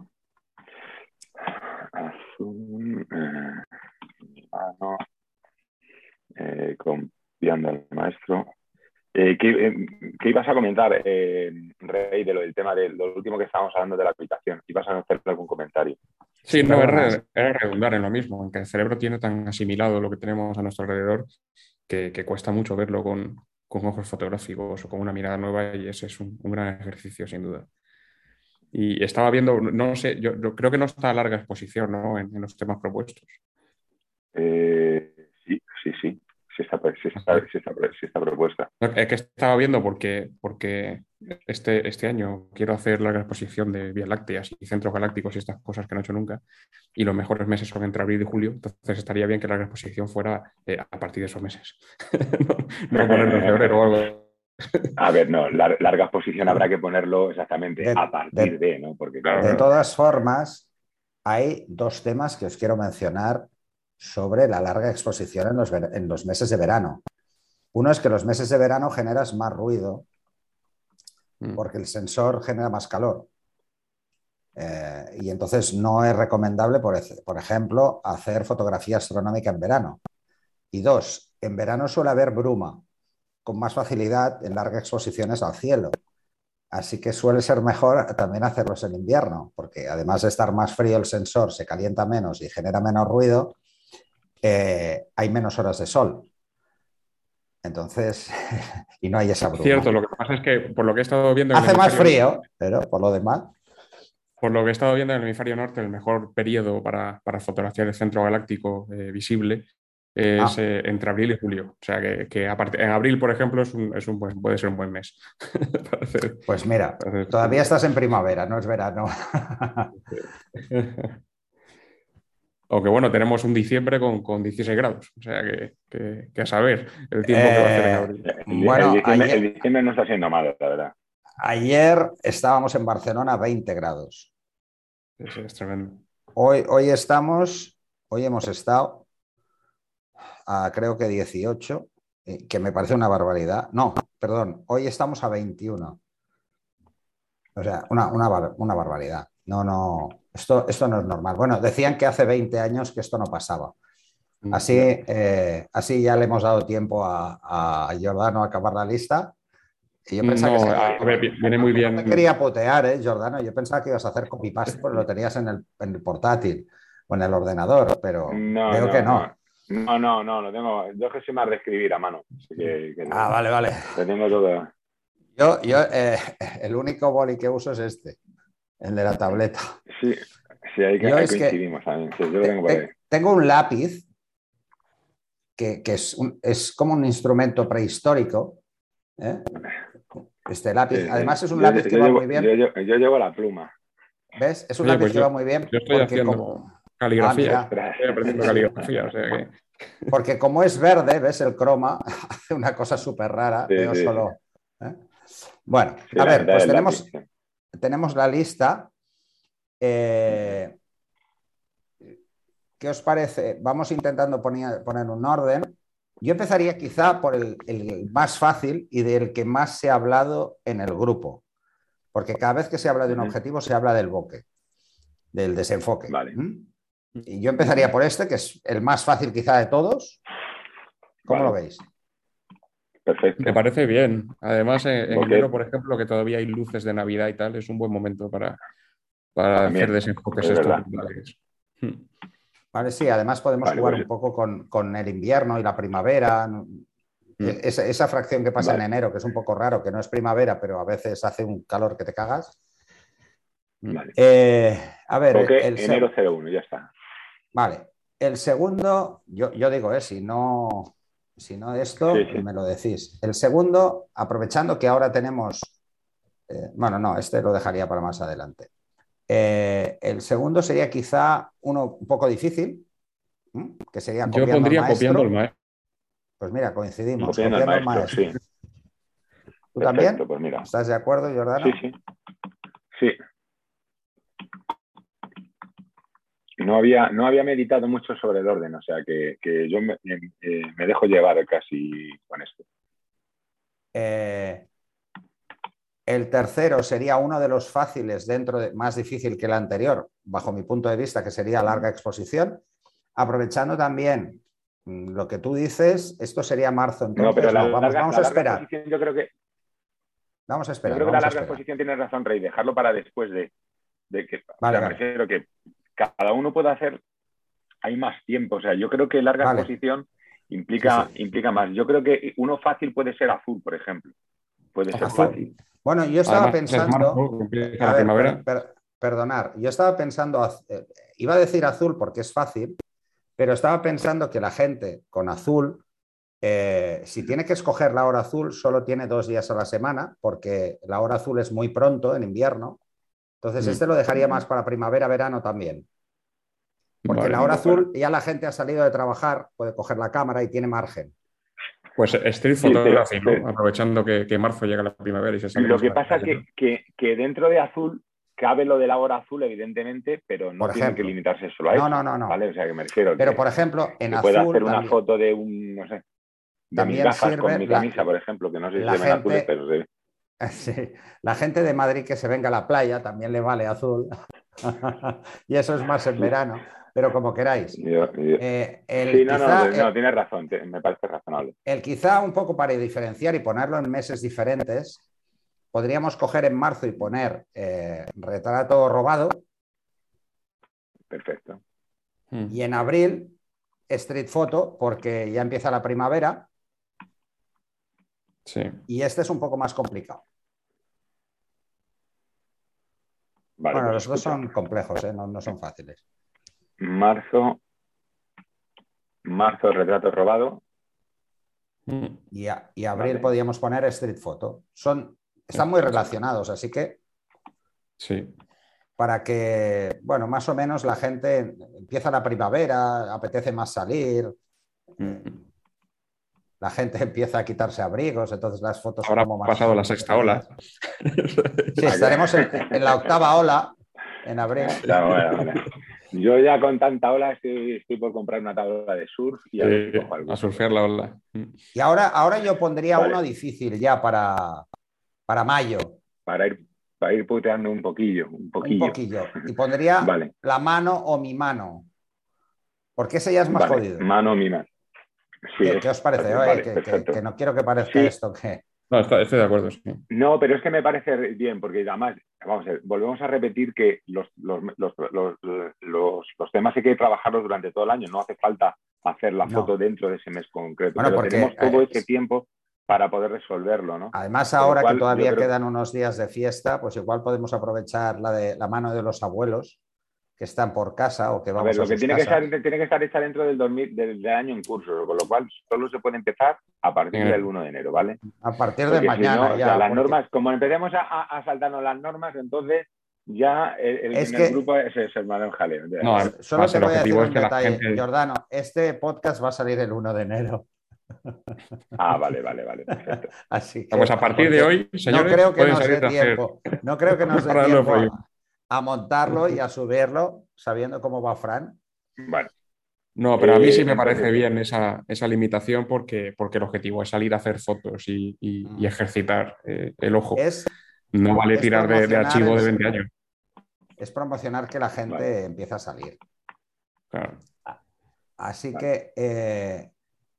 Azul, eh, mano, eh, copiando al maestro. Eh, ¿qué, eh, ¿Qué ibas a comentar, eh, Rey, de lo del tema de lo último que estábamos hablando de la habitación? ¿Ibas a hacer algún comentario? Sí, no, es redundar en lo mismo, en que el cerebro tiene tan asimilado lo que tenemos a nuestro alrededor que, que cuesta mucho verlo con, con ojos fotográficos o con una mirada nueva, y ese es un, un gran ejercicio, sin duda. Y estaba viendo, no sé, yo, yo creo que no está a larga exposición, ¿no? en, en los temas propuestos. Eh, sí, sí, sí. Sí está, sí, está, sí, está, sí está propuesta. Es que estaba viendo porque, porque este, este año quiero hacer la exposición de Vías Lácteas y centros galácticos y estas cosas que no he hecho nunca, y los mejores meses son entre abril y julio, entonces estaría bien que la exposición fuera eh, a partir de esos meses. no no ponerlo en febrero o algo. A ver, no, la, larga exposición habrá que ponerlo exactamente de, a partir de, de, ¿no? Porque, claro, de todas formas, hay dos temas que os quiero mencionar sobre la larga exposición en los, en los meses de verano. Uno es que los meses de verano generas más ruido porque el sensor genera más calor. Eh, y entonces no es recomendable, por, por ejemplo, hacer fotografía astronómica en verano. Y dos, en verano suele haber bruma con más facilidad en largas exposiciones al cielo. Así que suele ser mejor también hacerlos en invierno, porque además de estar más frío el sensor, se calienta menos y genera menos ruido. Eh, hay menos horas de sol. Entonces, y no hay esa bruma. Cierto, lo que pasa es que por lo que he estado viendo... Hace más frío, pero por lo demás... Por lo que he estado viendo en el hemisferio norte, el mejor periodo para, para fotografiar el centro galáctico eh, visible es ah. eh, entre abril y julio. O sea, que, que aparte, en abril, por ejemplo, es un, es un buen, puede ser un buen mes. para hacer, pues mira, para hacer... todavía estás en primavera, no es verano. Aunque bueno, tenemos un diciembre con, con dieciséis grados, o sea que, que, que a saber el tiempo eh, que va a hacer en abril. El, bueno, el, diciembre, ayer, el diciembre no está siendo malo, la verdad. Ayer estábamos en Barcelona a veinte grados. Sí, es tremendo. Hoy, hoy estamos, hoy hemos estado a creo que dieciocho, que me parece una barbaridad. No, perdón, hoy estamos a veintiuno. O sea, una, una, una barbaridad. No, no, esto, esto no es normal. Bueno, decían que hace veinte años que esto no pasaba. Así, eh, así ya le hemos dado tiempo a, a Giordano a acabar la lista. Y yo pensaba no, que a ver, viene muy bien. No te quería potear, ¿eh, Giordano? Yo pensaba que ibas a hacer copy-paste porque lo tenías en el, en el portátil o en el ordenador, pero no, veo no, que no. No, no, no, lo tengo. Yo que soy más de escribir a mano. Así que, que ah, no, vale, vale. Lo tengo todo. Yo, yo eh, el único boli que uso es este, el de la tableta. Sí, sí, ahí, ahí coincidimos también. Sí, yo lo tengo por ahí. Tengo un lápiz que, que es, un, es como un instrumento prehistórico. ¿eh? Este lápiz, sí, además sí. es un yo, lápiz yo, que yo va llevo, muy bien. Yo, yo, yo llevo la pluma. ¿Ves? Es un Oye, lápiz pues que yo, va muy bien. Yo estoy haciendo como... caligrafía. Ah, estoy aprendiendo caligrafía. O sea que... Porque como es verde, ¿ves? El croma hace una cosa súper rara. Sí, Veo sí, solo... Sí. ¿eh? Bueno, sí, a ver, pues tenemos, lápiz, sí. tenemos la lista. Eh, ¿Qué os parece? Vamos intentando poner, poner un orden. Yo empezaría quizá por el, el más fácil y del que más se ha hablado en el grupo. Porque cada vez que se habla de un objetivo se habla del bokeh, del desenfoque. Vale. ¿Mm? Y yo empezaría por este, que es el más fácil quizá de todos. ¿Cómo vale. lo veis? Perfecto. Me parece bien. Además, en, en Porque- enero, por ejemplo, que todavía hay luces de Navidad y tal, es un buen momento para, para También, hacer desenfoques es verdad. estructurales. Hmm. Vale, sí, además podemos Vale, jugar pues- un poco con, con el invierno y la primavera. ¿no? Mm. Esa, esa fracción que pasa Vale. en enero, que es un poco raro, que no es primavera, pero a veces hace un calor que te cagas. Vale. Eh, a ver, Ok, el seg- enero cero uno, ya está. Vale. El segundo, yo, yo digo, eh, si no, si no esto, Sí, sí. me lo decís. El segundo, aprovechando que ahora tenemos, eh, bueno, no, este lo dejaría para más adelante. Eh, el segundo sería quizá uno un poco difícil, ¿m? Que sería Yo copiando al pondría copiando al maestro. maestro. Pues mira, coincidimos, Copiando al copiando al maestro, maestro. sí. ¿Tú Perfecto, también? pues mira. ¿Estás de acuerdo, Jordano? Sí, sí. Sí. No había, no había meditado mucho sobre el orden, o sea que, que yo me, eh, me dejo llevar casi con esto. Eh, el tercero sería uno de los fáciles dentro de, más difícil que el anterior, bajo mi punto de vista, que sería larga exposición. Aprovechando también mm, lo que tú dices, esto sería marzo, entonces No, pero la, no, vamos, larga, vamos la a larga esperar. exposición yo creo que Vamos a yo esperar, creo que la vamos a larga esperar. exposición tiene razón, Rey, dejarlo para después de, de que, o Vale, sea, me vale. refiero que cada uno puede hacer, hay más tiempo, o sea, yo creo que larga Vale. exposición implica, Sí, sí. implica más. Yo creo que uno fácil puede ser azul, por ejemplo, puede ser Azul. fácil. Bueno, yo estaba Además, es pensando, marzo, empieza a la ver, primavera. per- per- perdonar, yo estaba pensando, az- eh, iba a decir azul porque es fácil, pero estaba pensando que la gente con azul, eh, si tiene que escoger la hora azul, solo tiene dos días a la semana, porque la hora azul es muy pronto en invierno. Entonces, Mm. este lo dejaría más para primavera, verano también. Porque Vale. la hora Bueno. azul ya la gente ha salido de trabajar, puede coger la cámara y tiene margen. Pues street Sí, photography, sí, ¿no? sí. Aprovechando que, que marzo llega la primavera y se sale Lo más a que la pasa calle, que, ¿no? que, que dentro de azul cabe lo de la hora azul, evidentemente, pero no Por tiene que ejemplo. limitarse solo a No, eso. no, no, no. ¿Vale? O sea, que me refiero Pero, que, por ejemplo, en que pueda azul hacer una también, foto de un, no sé, de mis también gafas con sirve mi la, camisa, por ejemplo, que no sé si la se ven azules, gente, pero se ve. sí, la gente de Madrid que se venga a la playa también le vale azul. Y eso es más en verano, pero como queráis. Yo- yo- Eh, el, Sí, no, no, quizá, no, eh, tienes razón, te- me parece razonable. el quizá un poco para diferenciar y ponerlo en meses diferentes, podríamos coger en marzo y poner eh, retrato robado, Perfecto. Mm. y en abril street photo, porque ya empieza la primavera, Sí. y este es un poco más complicado. Vale, Bueno, pues los dos escucha. son complejos, ¿eh? no, no son fáciles. Marzo, marzo, retrato robado. Mm. Y, a, y abril Vale. podríamos poner street photo. Son, están muy relacionados, así que Sí. para que, bueno, más o menos la gente empieza la primavera, apetece más salir, Mm. la gente empieza a quitarse abrigos, entonces las fotos Habrá son como más pasado la sexta ola. Sí, estaremos en, en la octava ola en abril. Está bueno, bueno. Yo ya con tanta ola estoy, estoy por comprar una tabla de surf y a ver si Eh, cojo algo. a surfear la ola. Mm. Y ahora, ahora yo pondría Vale. uno difícil ya para, para mayo, Para ir, para ir puteando un poquillo, un poquillo. un poquillo. Y pondría Vale. la mano o mi mano, porque ese ya es más Vale, jodido. mano mi mano. Sí, ¿Qué, es qué os parece? fácil, Oye, vale, que, que, perfecto. que no quiero que parezca Sí. esto que... No, estoy, estoy de acuerdo, sí. No, pero es que me parece bien, porque además, vamos a ver, volvemos a repetir que los, los, los, los, los, los temas hay que trabajarlos durante todo el año, no hace falta hacer la No. foto dentro de ese mes concreto, Bueno, pero porque, tenemos todo eh, ese tiempo para poder resolverlo, ¿no? Además, Con lo ahora cual, que yo todavía creo- quedan unos días de fiesta, pues igual podemos aprovechar la, de, la mano de los abuelos que están por casa o que A vamos ver, a, lo que sus tiene que, casas. estar, tiene que estar hecha dentro del, dos mil, del, del año en curso, con lo cual solo se puede empezar a partir Bien. del uno de enero, ¿vale? A partir de Porque mañana si no, o ya. sea, las porque- normas, como empecemos a, a, a saltarnos las normas, entonces ya el, el, Es en que- el grupo se, se arma un jaleo. No, S- Solo además, te el voy a decir objetivo un es que la detalle, gente- Jordano. Este podcast va a salir el uno de enero. Ah, vale, vale, vale, perfecto. Así que, Pues a partir de porque hoy, no señores, creo que pueden nos salir dé de hacer... tiempo. No creo que nos dé Para lo tiempo prohibido. a, a montarlo y a subirlo, sabiendo cómo va Fran. Bueno, No, pero a mí sí Eh, me parece entonces- bien esa, esa limitación porque, porque el objetivo es salir a hacer fotos y, y- y ejercitar eh, el ojo. Es, No vale es tirar de, de promocionar archivo el- de veinte años. es promocionar que la gente Vale. empiece a salir. Claro. Así Vale. que, eh,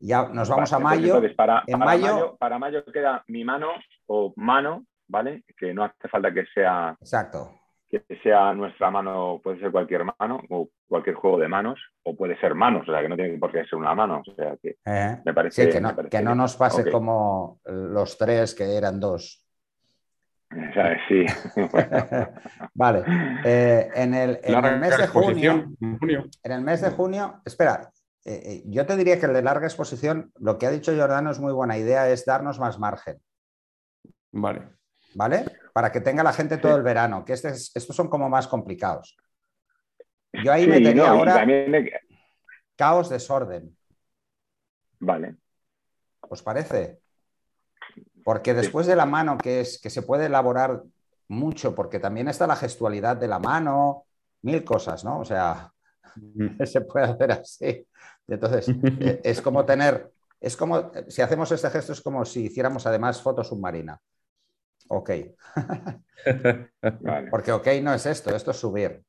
Ya nos vamos vale, a mayo. Entonces, para, en para mayo... mayo... Para mayo queda mi mano o mano, ¿vale? Que no hace falta que sea... Exacto. Que sea nuestra mano, puede ser cualquier mano o cualquier juego de manos, o puede ser manos, o sea, que no tiene por qué ser una mano. O sea, que eh, me parece... Sí, que no, me parece que no bien. nos pase Okay. como los tres que eran dos. Sí. Vale. Eh, en, el, en el mes de junio, junio, en el mes de junio, espera, eh, eh, yo te diría que el de larga exposición, lo que ha dicho Giordano es muy buena idea, es darnos más margen. Vale. ¿Vale? Para que tenga la gente todo sí. el verano, que este es, estos son como más complicados. Yo ahí sí, metería no, ahora también... caos, desorden. Vale. ¿Os parece? Porque después de la mano, que es que se puede elaborar mucho, porque también está la gestualidad de la mano, mil cosas, ¿no? O sea, mm. se puede hacer así. Entonces, es como tener, es como, si hacemos este gesto, es como si hiciéramos además foto submarina. Ok. Vale. Porque ok no es esto, esto es subir.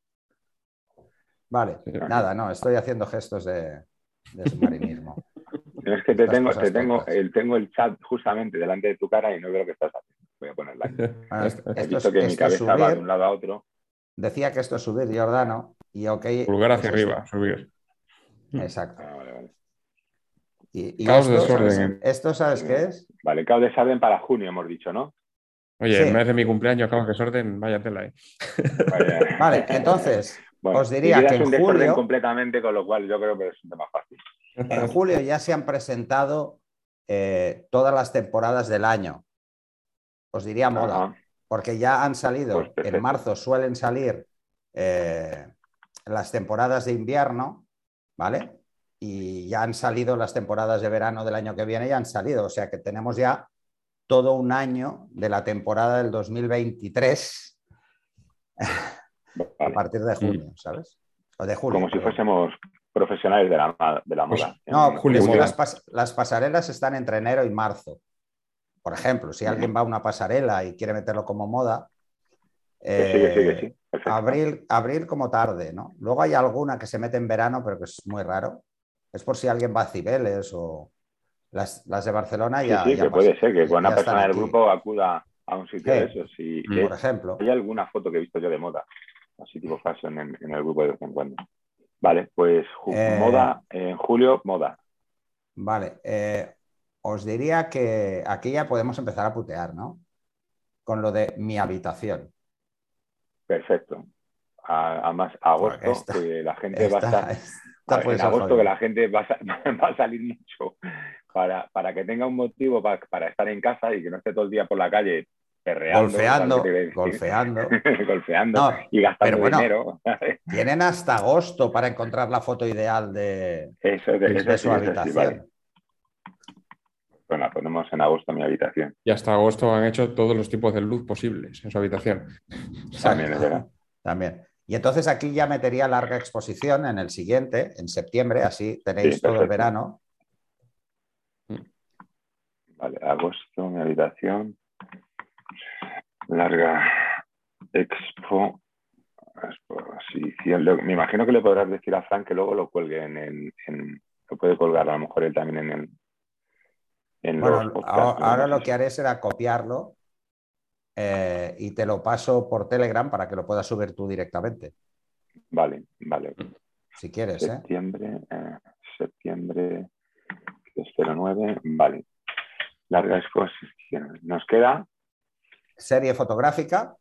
Vale, sí, nada, no, estoy haciendo gestos de, de submarinismo. Es que te tengo, te tengo, el, tengo el chat justamente delante de tu cara y no veo lo que estás haciendo. Voy a ponerla aquí. Bueno, esto, He visto es, que mi cabeza subir, va de un lado a otro. Decía que esto es subir, Giordano, y ok. Pulgar hacia arriba, subir. Exacto. Ah, vale, vale. Y, y caos esto, desorden. ¿Esto sabes sí, qué es? Vale, caos desorden para junio, hemos dicho, ¿no? Oye, sí. En vez de mi cumpleaños, caos desorden, vaya tela, ¿eh? Vale, vale, entonces, bueno, os diría mi vida que es un en julio... desorden completamente, con lo cual yo creo que es un tema fácil. En julio ya se han presentado eh, todas las temporadas del año. Os diría moda, ajá. Porque ya han salido, pues en marzo suelen salir eh, las temporadas de invierno, ¿vale? Y ya han salido las temporadas de verano del año que viene, ya han salido, o sea que tenemos ya todo un año de la temporada del dos mil veintitrés vale. A partir de junio, ¿sabes? O de julio. Como si perdón. fuésemos profesionales de la, de la moda. Pues, no, julio, es que las, pas las pasarelas están entre enero y marzo. Por ejemplo, si alguien va a una pasarela y quiere meterlo como moda, eh, sí, que sí, que sí. Perfecto. Abril, abril como tarde, ¿no? Luego hay alguna que se mete en verano, pero que es muy raro. Es por si alguien va a Cibeles o las, las de Barcelona ya. Sí, sí, ya que puede ser que ya, una ya persona del grupo acuda a un sitio sí. de esos. Y por es, ejemplo. Hay alguna foto que he visto yo de moda, así tipo fashion en, en el grupo de vez en cuando. Vale, pues eh, moda, en julio, moda. Vale, eh, os diría que aquí ya podemos empezar a putear, ¿no? Con lo de mi habitación. Perfecto. Además, agosto, esta, que la gente esta, va a estar... Esta en agosto jodido. Que la gente va a, va a salir mucho para, para que tenga un motivo para, para estar en casa y que no esté todo el día por la calle perreando. Golfeando, golfeando. golfeando no, y gastando bueno, dinero. Tienen hasta agosto para encontrar la foto ideal de, eso, de, de, eso de sí, su eso habitación. Sí, vale. Pues la ponemos en agosto en mi habitación. Y hasta agosto han hecho todos los tipos de luz posibles en su habitación. También es verdad. También. Y entonces aquí ya metería larga exposición en el siguiente, en septiembre, así tenéis sí, todo el verano. Vale, agosto, mi habitación. Larga expo. exposición. Me imagino que le podrás decir a Frank que luego lo cuelgue en el... En, lo puede colgar a lo mejor él también en el... En bueno, los podcasts, ahora, ahora lo que haré será copiarlo eh, y te lo paso por Telegram para que lo puedas subir tú directamente. Vale, vale. Si quieres, septiembre, ¿eh? eh septiembre cero nueve, vale. Larga exposición. Nos queda... Serie fotográfica.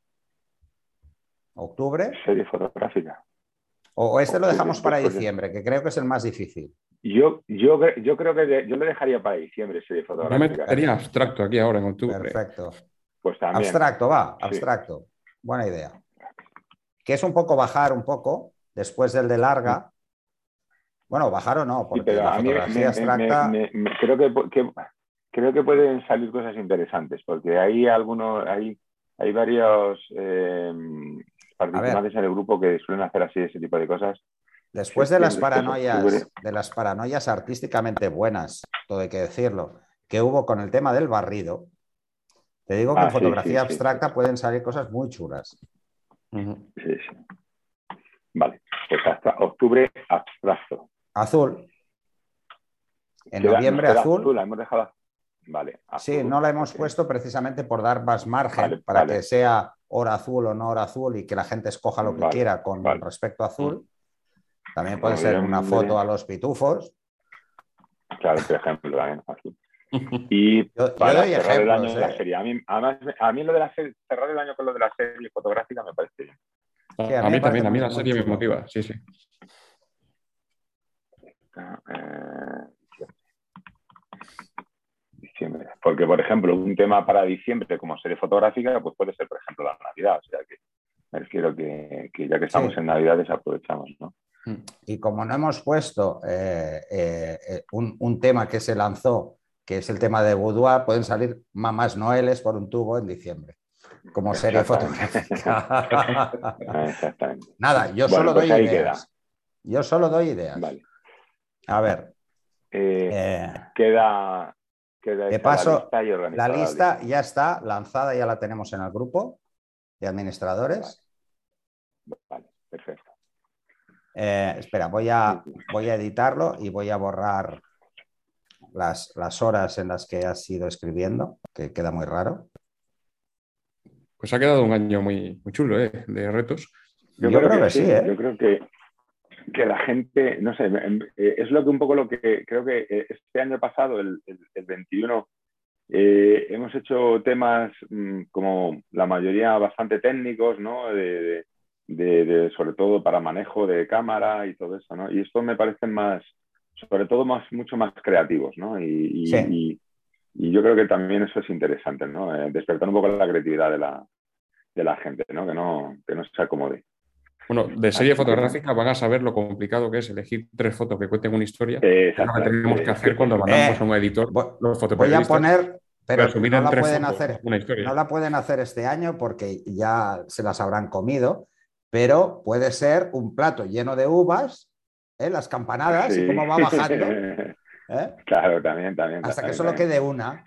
Octubre. Serie fotográfica. O este octubre, lo dejamos para diciembre, de... que creo que es el más difícil. Yo, yo, yo creo que de, yo lo dejaría para diciembre, serie fotográfica. Yo metería abstracto aquí ahora en octubre. Perfecto. Pues también. Abstracto, va, abstracto. Sí. Buena idea. Que es un poco bajar un poco después del de larga. Bueno, bajar o no, porque sí, la fotografía me, abstracta... Me, me, me, creo que, que, creo que pueden salir cosas interesantes, porque hay algunos, hay, hay varios eh, participantes en el grupo que suelen hacer así ese tipo de cosas. Después de las paranoias, de las paranoias artísticamente buenas, todo hay que decirlo, que hubo con el tema del barrido, te digo que ah, en fotografía sí, sí, abstracta sí. pueden salir cosas muy chulas. Uh-huh. Sí, sí. Vale, pues hasta octubre abstracto. Azul. En noviembre azul. azul. La hemos dejado. Vale. Azul, sí, no la hemos okay. puesto precisamente por dar más margen vale, para vale. que sea hora azul o no hora azul y que la gente escoja lo que vale, quiera con vale. respecto a azul. También puede ser una foto a los pitufos. Claro, por ejemplo, también azul. Y yo, para yo cerrar ejemplos, el año ¿eh? de la serie. A mí, además, a mí lo de la serie, cerrar el año con lo de la serie fotográfica me parece bien. Sí, a, a mí, mí también, a mí la serie me motiva, sí, sí. Eh, diciembre. Porque, por ejemplo, un tema para diciembre como serie fotográfica, pues puede ser, por ejemplo, la Navidad. O sea que me refiero que, que ya que estamos sí. en Navidades aprovechamos, ¿no? Y como no hemos puesto eh, eh, un, un tema que se lanzó, que es el tema de Boudoir, pueden salir Mamás Noeles por un tubo en diciembre, como serie fotográfica. Exactamente. Nada, yo bueno, solo pues doy ahí ideas. Queda. Yo solo doy ideas. Vale. A ver. Eh, eh, queda, queda de paso, la lista, y la lista ya está lanzada, ya la tenemos en el grupo de administradores. Vale, vale perfecto. Eh, espera, voy a, voy a editarlo y voy a borrar las, las horas en las que has ido escribiendo, que queda muy raro. Pues ha quedado un año muy, muy chulo, ¿eh? De retos. Yo, yo creo, creo que, que sí, ¿eh? Yo creo que, que la gente, no sé, es lo que un poco lo que creo que este año pasado, el, el, el veintiuno, eh, hemos hecho temas mmm, como la mayoría bastante técnicos, ¿no? De, de, de, de, sobre todo para manejo de cámara y todo eso, ¿no? Y esto me parecen más, sobre todo más, mucho más creativos, ¿no? Y, y, sí. y, y yo creo que también eso es interesante, ¿no? Eh, despertar un poco la creatividad de la, de la gente, ¿no? Que no, que no se acomode. Bueno, de serie Así fotográfica que... van a saber lo complicado que es elegir tres fotos que cuenten una historia. Eh, es lo que tenemos que hacer cuando mandamos eh, a un editor voy, los fotoperiodistas. Voy a poner, pero no la, pueden fotos, hacer, una historia. no la pueden hacer este año porque ya se las habrán comido, pero puede ser un plato lleno de uvas, ¿eh? Las campanadas sí. y cómo va bajando. ¿eh? Claro, también, también. Hasta también, que solo también. quede una.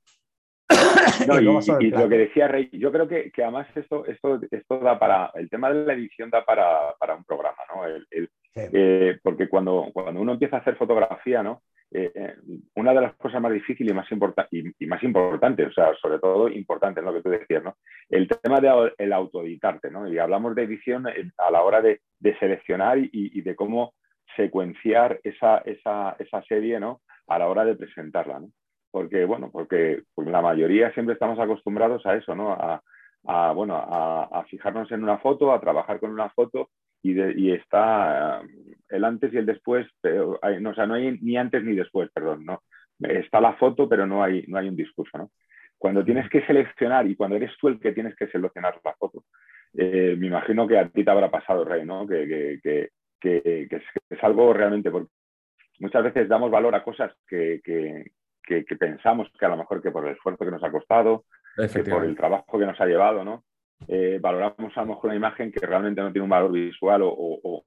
No, y, y, y lo que decía Rey, yo creo que, que además esto, esto, esto da para, el tema de la edición da para, para un programa, ¿no? El, el, sí. eh, porque cuando, cuando uno empieza a hacer fotografía, ¿no? Eh, una de las cosas más difíciles y más, importa, y, y más importantes, o sea, sobre todo importante es lo que tú decías, ¿no? El tema de el autoeditarte, ¿no? Y hablamos de edición a la hora de, de seleccionar y, y de cómo secuenciar esa, esa, esa serie, ¿no? A la hora de presentarla, ¿no? Porque, bueno, porque la mayoría siempre estamos acostumbrados a eso, ¿no? A, a bueno, a, a fijarnos en una foto, a trabajar con una foto y, de, y está el antes y el después, pero hay, no, o sea, no hay ni antes ni después, perdón, ¿no? Está la foto, pero no hay, no hay un discurso, ¿no? Cuando tienes que seleccionar y cuando eres tú el que tienes que seleccionar la foto, eh, me imagino que a ti te habrá pasado, Rey, ¿no? Que, que, que, que, que, es, que es algo realmente, porque muchas veces damos valor a cosas que, que Que, que pensamos que a lo mejor que por el esfuerzo que nos ha costado, que por el trabajo que nos ha llevado, ¿no? Eh, valoramos a lo mejor una imagen que realmente no tiene un valor visual o, o, o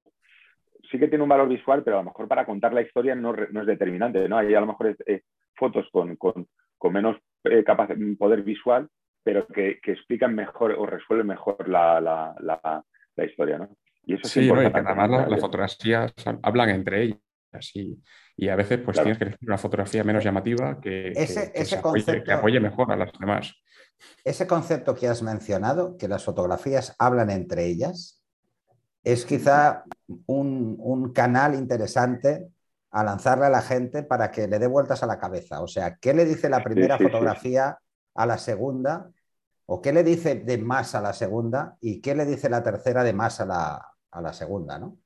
sí que tiene un valor visual, pero a lo mejor para contar la historia no, no es determinante, ¿no? Hay a lo mejor es, eh, fotos con, con, con menos eh, capaz, poder visual, pero que, que explican mejor o resuelven mejor la, la, la, la historia, ¿no? Y eso es sí, importante. No, y que además las la fotografías hablan entre ellas. Y, y a veces pues claro. tienes que elegir una fotografía menos llamativa que, ese, que, que, ese se apoye, concepto, que apoye mejor a las demás. Ese concepto que has mencionado, que las fotografías hablan entre ellas, es quizá un, un canal interesante a lanzarle a la gente para que le dé vueltas a la cabeza. O sea, ¿qué le dice la primera sí, sí, fotografía sí, sí. a la segunda? ¿O qué le dice de más a la segunda? ¿Y qué le dice la tercera de más a la, a la segunda? ¿no?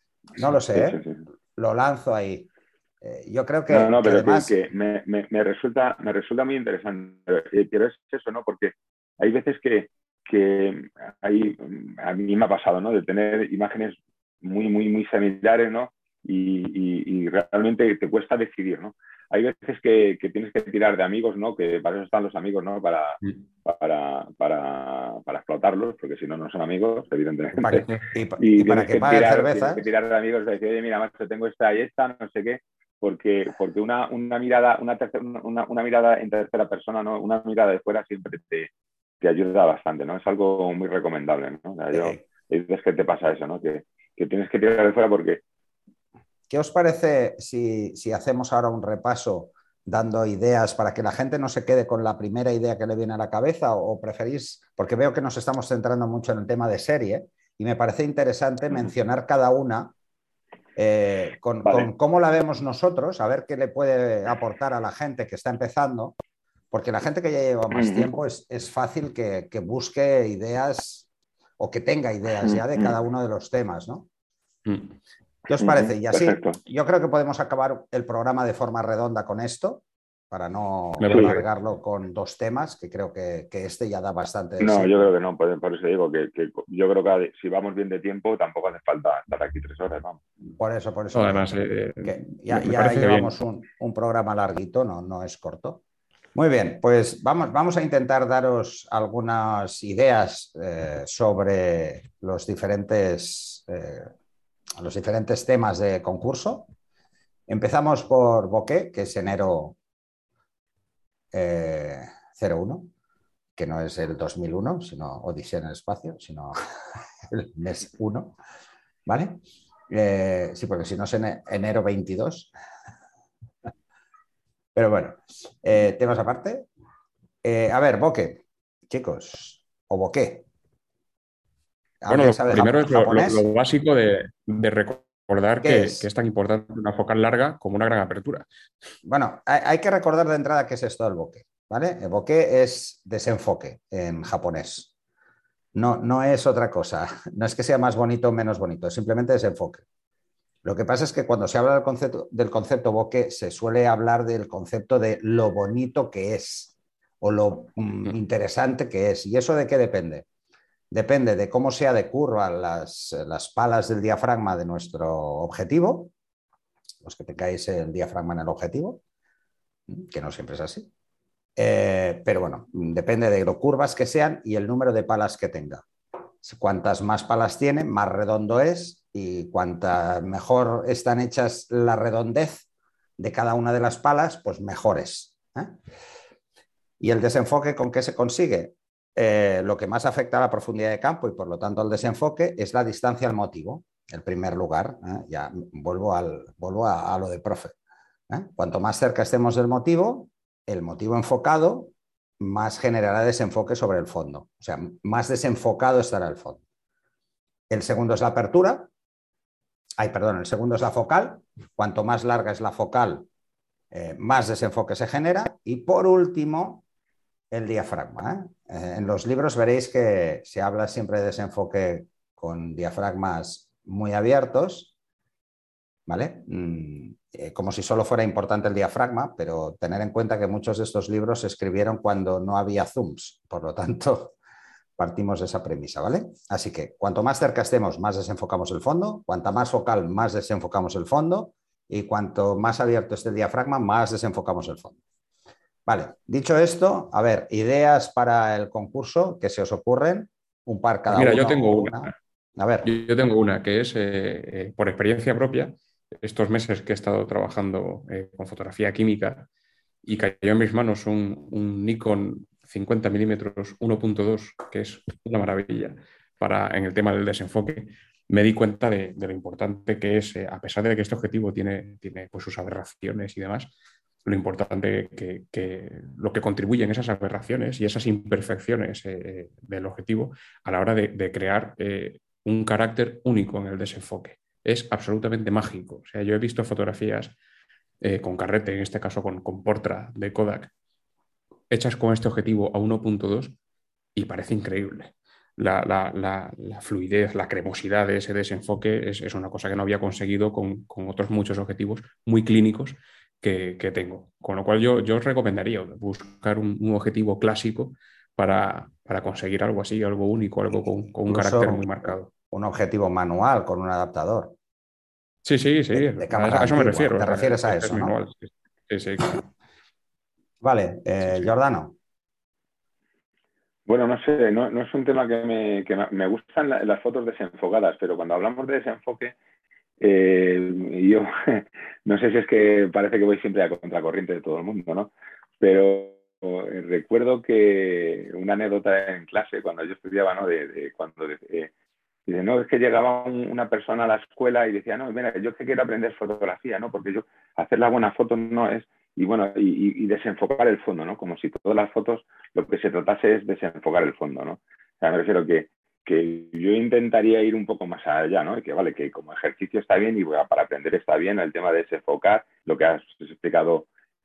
No lo sé, ¿eh? sí, sí, sí. Lo lanzo ahí. Eh, yo creo que, no, no, que pero además... que, que me, me, me, resulta, me resulta muy interesante. Pero es eso, ¿no? Porque hay veces que, que hay, a mí me ha pasado, ¿no? De tener imágenes muy, muy, muy similares, ¿no? Y, y, y realmente te cuesta decidir, ¿no? Hay veces que, que tienes que tirar de amigos, ¿no? Que para eso están los amigos, ¿no? Para, para, para, para explotarlos, porque si no, no son amigos, evidentemente. Y para, y, y, y para que, que paguen cervezas. Tienes que tirar de amigos de decir, oye, mira, macho, tengo esta y esta, no sé qué. Porque, porque una, una, mirada, una, tercera, una, una mirada en tercera persona, ¿no? Una mirada de fuera siempre te, te ayuda bastante, ¿no? Es algo muy recomendable, ¿no? O sea, yo, hay veces que te pasa eso, ¿no? Que, que tienes que tirar de fuera porque ¿qué os parece si, si hacemos ahora un repaso dando ideas para que la gente no se quede con la primera idea que le viene a la cabeza o, o preferís, porque veo que nos estamos centrando mucho en el tema de serie y me parece interesante uh-huh. mencionar cada una eh, con, vale. con cómo la vemos nosotros, a ver qué le puede aportar a la gente que está empezando, porque la gente que ya lleva más uh-huh. tiempo es, es fácil que, que busque ideas o que tenga ideas ya de cada uno de los temas, ¿no? Uh-huh. ¿Qué os parece? Y así, Perfecto. Yo creo que podemos acabar el programa de forma redonda con esto, para no alargarlo con dos temas, que creo que, que este ya da bastante. No, sí. Yo creo que no, por, por eso digo que, que yo creo que si vamos bien de tiempo tampoco hace falta estar aquí tres horas, vamos. Por eso, por eso. No, además, eh, que ya ya llevamos un, un programa larguito, no, no es corto. Muy bien, pues vamos, vamos a intentar daros algunas ideas eh, sobre los diferentes... Eh, los diferentes temas de concurso. Empezamos por Bokeh, que es enero eh, cero uno, que no es el dos mil uno, sino Odisea en el espacio, sino el mes uno, ¿vale? Eh, sí, porque si no es en enero veintidós. Pero bueno, eh, temas aparte. Eh, a ver, Bokeh, chicos, o Bokeh. Bueno, lo primero es lo, lo, lo básico de, de recordar que es? que es tan importante una focal larga como una gran apertura. Bueno, hay, hay que recordar de entrada qué es esto del bokeh, ¿vale? El bokeh es desenfoque en japonés. No, no es otra cosa. No es que sea más bonito o menos bonito, es simplemente desenfoque. Lo que pasa es que cuando se habla del concepto, del concepto bokeh, se suele hablar del concepto de lo bonito que es o lo mm, interesante que es. ¿Y eso de qué depende? Depende de cómo sea de curva las, las palas del diafragma de nuestro objetivo, los que tengáis el diafragma en el objetivo, que no siempre es así. Eh, pero bueno, depende de lo curvas que sean y el número de palas que tenga. Cuantas más palas tiene, más redondo es, y cuanta mejor están hechas la redondez de cada una de las palas, pues mejor es. ¿eh? ¿Y el desenfoque con qué se consigue? Eh, lo que más afecta a la profundidad de campo y por lo tanto al desenfoque es la distancia al motivo, en primer lugar. ¿eh? Ya vuelvo, al, vuelvo a, a lo de profe. ¿eh? Cuanto más cerca estemos del motivo, el motivo enfocado más generará desenfoque sobre el fondo. O sea, más desenfocado estará el fondo. El segundo es la apertura. Ay, perdón, el segundo es la focal. Cuanto más larga es la focal, eh, más desenfoque se genera. Y por último, el diafragma. ¿eh? Eh, en los libros veréis que se habla siempre de desenfoque con diafragmas muy abiertos, ¿vale? Mm, eh, como si solo fuera importante el diafragma, pero tener en cuenta que muchos de estos libros se escribieron cuando no había zooms, por lo tanto partimos de esa premisa, ¿vale? Así que cuanto más cerca estemos, más desenfocamos el fondo, cuanta más focal, más desenfocamos el fondo, y cuanto más abierto esté el diafragma, más desenfocamos el fondo. Vale, dicho esto, a ver, ideas para el concurso que se os ocurren, un par cada Mira, uno. Mira, yo tengo una. una. A ver. Yo, yo tengo una que es, eh, eh, por experiencia propia, estos meses que he estado trabajando eh, con fotografía química y cayó en mis manos un, un Nikon cincuenta milímetros uno punto dos, que es una maravilla para, en el tema del desenfoque. Me di cuenta de, de lo importante que es, eh, a pesar de que este objetivo tiene, tiene pues, sus aberraciones y demás, lo importante que, que lo que contribuyen esas aberraciones y esas imperfecciones eh, del objetivo a la hora de, de crear eh, un carácter único en el desenfoque. Es absolutamente mágico. O sea, yo he visto fotografías eh, con carrete, en este caso con, con Portra de Kodak, hechas con este objetivo a uno punto dos y parece increíble. La, la, la, la fluidez, la cremosidad de ese desenfoque es, es una cosa que no había conseguido con, con otros muchos objetivos muy clínicos que, que tengo. Con lo cual yo, yo os recomendaría buscar un, un objetivo clásico para, para conseguir algo así, algo único, algo con, con un carácter muy marcado. Un objetivo manual con un adaptador. Sí, sí, sí. De, de a, eso, a eso me refiero. Te refieres a eso, ¿no? Sí, sí, claro. Vale, eh, sí, sí. Giordano. Bueno, no sé, no, no es un tema que me, que me gustan la, las fotos desenfocadas, pero cuando hablamos de desenfoque, eh, yo no sé si es que parece que voy siempre a contracorriente de todo el mundo, ¿no? Pero eh, recuerdo que una anécdota en clase, cuando yo estudiaba, ¿no? De, de cuando de, eh, Dice, no, es que llegaba un, una persona a la escuela y decía, no, mira, yo es que quiero aprender fotografía, ¿no? Porque yo hacer las buenas fotos no es, y bueno, y, y desenfocar el fondo, ¿no? Como si todas las fotos lo que se tratase es desenfocar el fondo, ¿no? O sea, me refiero que, que yo intentaría ir un poco más allá, ¿no? Y que vale, que como ejercicio está bien y bueno, para aprender está bien el tema de desenfocar, lo que has explicado,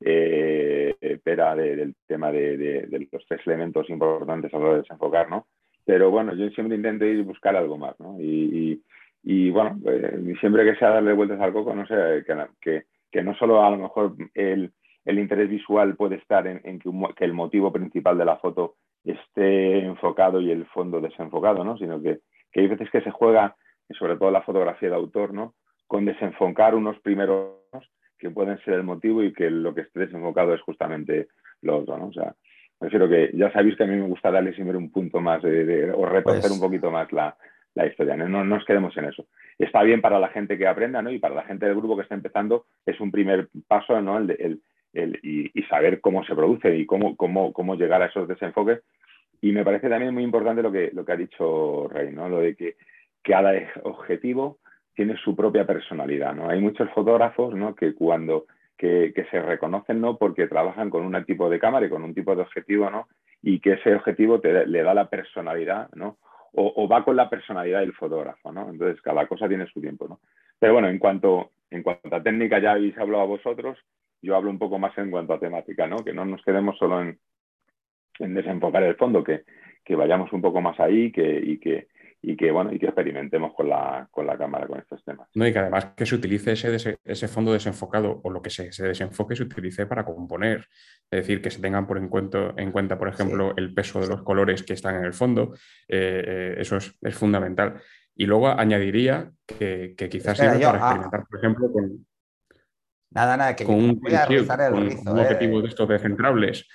eh, Pera, de, del tema de, de, de los tres elementos importantes a la hora de desenfocar, ¿no? Pero bueno, yo siempre intento ir a buscar algo más, ¿no? Y, y, y bueno, eh, siempre que sea darle vueltas al coco, no sé, que, que, que no solo a lo mejor el, el interés visual puede estar en, en que, un, que el motivo principal de la foto esté enfocado y el fondo desenfocado, ¿no? Sino que, que hay veces que se juega, sobre todo la fotografía de autor, ¿no? Con desenfocar unos primeros que pueden ser el motivo y que lo que esté desenfocado es justamente lo otro, ¿no? O sea, prefiero que, ya sabéis que a mí me gusta darle siempre un punto más de, de, o retorcer pues... un poquito más la, la historia, ¿no? No nos quedemos en eso. Está bien para la gente que aprenda, ¿no? Y para la gente del grupo que está empezando es un primer paso, ¿no? El, el, el, y, y saber cómo se produce y cómo, cómo, cómo llegar a esos desenfoques. Y me parece también muy importante lo que, lo que ha dicho Rey, ¿no? Lo de que cada objetivo tiene su propia personalidad, ¿no? Hay muchos fotógrafos, ¿no? Que cuando que, que se reconocen, ¿no? Porque trabajan con un tipo de cámara y con un tipo de objetivo, ¿no? Y que ese objetivo te, le da la personalidad, ¿no? O, o va con la personalidad del fotógrafo, ¿no? Entonces cada cosa tiene su tiempo, ¿no? Pero bueno, en cuanto, en cuanto a técnica ya habéis hablado a vosotros, yo hablo un poco más en cuanto a temática, ¿no? Que no nos quedemos solo en, en desenfocar el fondo, que, que vayamos un poco más ahí que, y que y que bueno y que experimentemos con la, con la cámara con estos temas. No, y que además que se utilice ese, ese fondo desenfocado o lo que se, se desenfoque se utilice para componer. Es decir, que se tengan por en, cuenta, en cuenta, por ejemplo, sí. el peso de los colores que están en el fondo. Eh, eh, eso es, es fundamental. Y luego añadiría que, que quizás Espera, sirve yo, para experimentar, ah, por ejemplo, con, nada, nada, que con yo un voy a rizar el con rizo, un objetivo eh. de estos descentrables.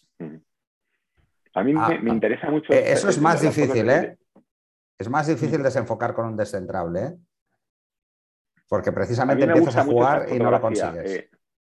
A mí ah, me, me interesa mucho... Eh, eso es más difícil, ¿eh? De... Es más difícil desenfocar con un descentrable, ¿eh? Porque A precisamente mí me empiezas gusta a mucho esa jugar y no lo fotografía. consigues. Eh,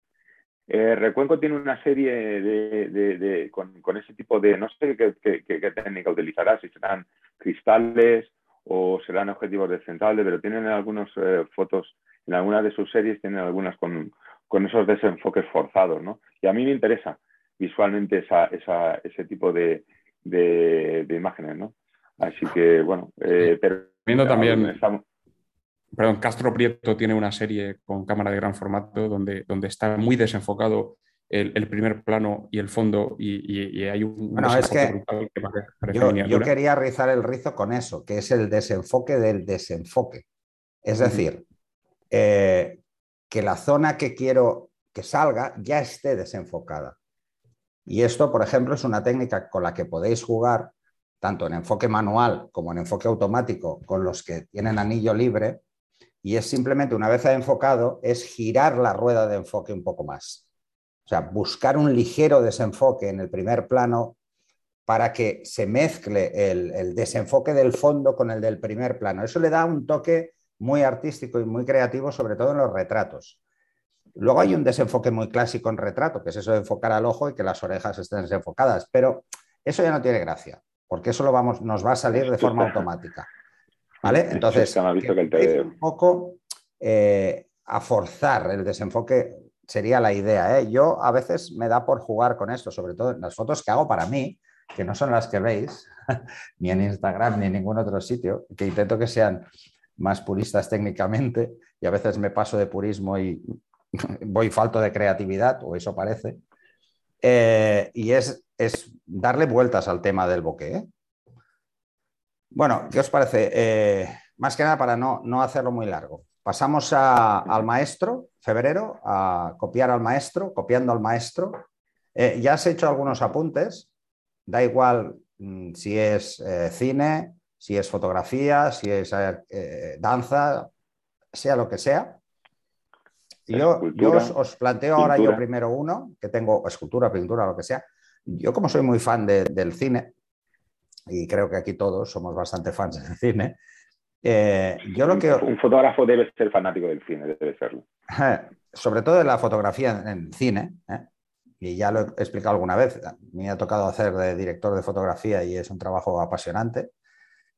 eh, Recuenco tiene una serie de, de, de, con, con ese tipo de... No sé qué, qué, qué técnica utilizará, si serán cristales o serán objetivos descentrables, pero tienen algunas eh, fotos, en algunas de sus series tienen algunas con, con esos desenfoques forzados, ¿no? Y a mí me interesa visualmente esa, esa, ese tipo de, de, de imágenes, ¿no? Así que, bueno, eh, pero... Viendo también... Estamos... Perdón, Castro Prieto tiene una serie con cámara de gran formato donde, donde está muy desenfocado el, el primer plano y el fondo y, y, y hay un bueno, desenfoque es que brutal que parece, parece yo, miniatura. Yo quería rizar el rizo con eso, que es el desenfoque del desenfoque. Es decir, eh, que la zona que quiero que salga ya esté desenfocada. Y esto, por ejemplo, es una técnica con la que podéis jugar tanto en enfoque manual como en enfoque automático con los que tienen anillo libre, y es simplemente, una vez enfocado, es girar la rueda de enfoque un poco más. O sea, buscar un ligero desenfoque en el primer plano para que se mezcle el, el desenfoque del fondo con el del primer plano. Eso le da un toque muy artístico y muy creativo, sobre todo en los retratos. Luego hay un desenfoque muy clásico en retrato, que es eso de enfocar al ojo y que las orejas estén desenfocadas, pero eso ya no tiene gracia, porque eso lo vamos, nos va a salir de forma automática. ¿Vale? Entonces, que un poco eh, a forzar el desenfoque sería la idea, ¿eh? Yo a veces me da por jugar con esto, sobre todo en las fotos que hago para mí, que no son las que veis, ni en Instagram ni en ningún otro sitio, que intento que sean más puristas técnicamente, y a veces me paso de purismo y voy falto de creatividad, o eso parece, eh, y es, es darle vueltas al tema del bokeh, ¿eh? Bueno, ¿qué os parece? Eh, más que nada para no, no hacerlo muy largo. Pasamos a, al maestro, febrero, a copiar al maestro, copiando al maestro. Eh, ya has hecho algunos apuntes, da igual mmm, si es eh, cine, si es fotografía, si es eh, danza, sea lo que sea. Yo, yo os, os planteo ahora pintura. Yo primero uno, que tengo escultura, pintura, lo que sea. Yo como soy muy fan de, del cine, y creo que aquí todos somos bastante fans del cine, eh, yo lo que... Un fotógrafo debe ser fanático del cine, debe serlo. Sobre todo de la fotografía en, en cine, ¿eh? Y ya lo he explicado alguna vez, me ha tocado hacer de director de fotografía y es un trabajo apasionante.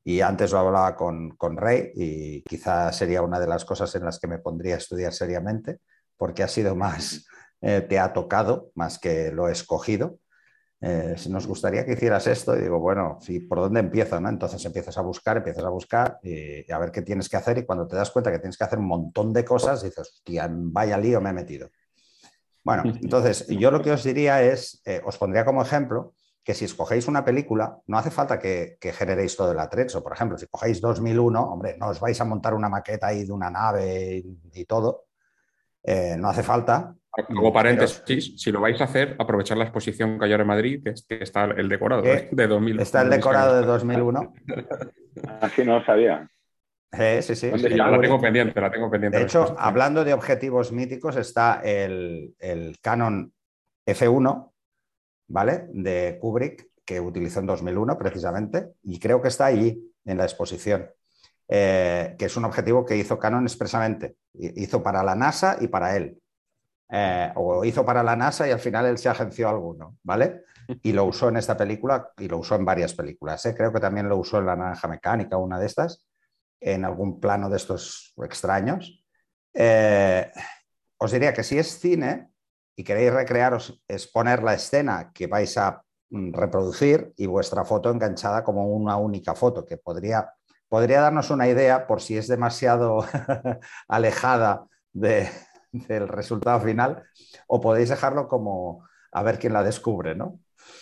Y antes lo hablaba con, con Rey y quizá sería una de las cosas en las que me pondría a estudiar seriamente, porque ha sido más, eh, te ha tocado más que lo he escogido. Eh, si nos gustaría que hicieras esto, y digo, bueno, ¿y por dónde empiezo? ¿No? Entonces empiezas a buscar, empiezas a buscar y, y a ver qué tienes que hacer y cuando te das cuenta que tienes que hacer un montón de cosas, dices, hostia, vaya lío me he metido. Bueno, entonces yo lo que os diría es, eh, os pondría como ejemplo que si escogéis una película, no hace falta que, que generéis todo el atrecho. Por ejemplo, si cogéis dos mil uno, hombre, no os vais a montar una maqueta ahí de una nave y, y todo. Eh, no hace falta. Como paréntesis, pero, si lo vais a hacer, aprovechar la exposición que hay ahora en Madrid, que, es, que está el decorado ¿eh? de dos mil uno. Está el decorado de dos mil uno. Así no lo sabía. Eh, sí, sí. sí ya la tengo pendiente, la tengo pendiente. De hecho, hablando de objetivos míticos, está el, el Canon F uno, ¿vale? De Kubrick, que utilizó en dos mil uno precisamente, y creo que está allí en la exposición, eh, que es un objetivo que hizo Canon expresamente. Hizo para la NASA y para él. Eh, o hizo para la NASA y al final él se agenció alguno, ¿vale? Y lo usó en esta película y lo usó en varias películas. ¿eh? Creo que también lo usó en La Naranja Mecánica, una de estas, en algún plano de estos extraños. Eh, os diría que si es cine y queréis recrearos, es poner la escena que vais a reproducir y vuestra foto enganchada como una única foto, que podría, podría darnos una idea por si es demasiado alejada de, del resultado final, o podéis dejarlo como a ver quién la descubre, ¿no?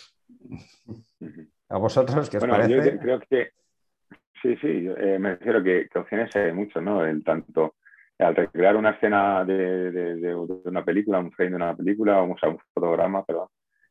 ¿A vosotros qué os bueno, parece? Yo creo que sí, sí, eh, me refiero que, que opciones hay mucho, ¿no? En tanto al recrear una escena de, de, de, de una película, un frame de una película, o sea, un fotograma, perdón,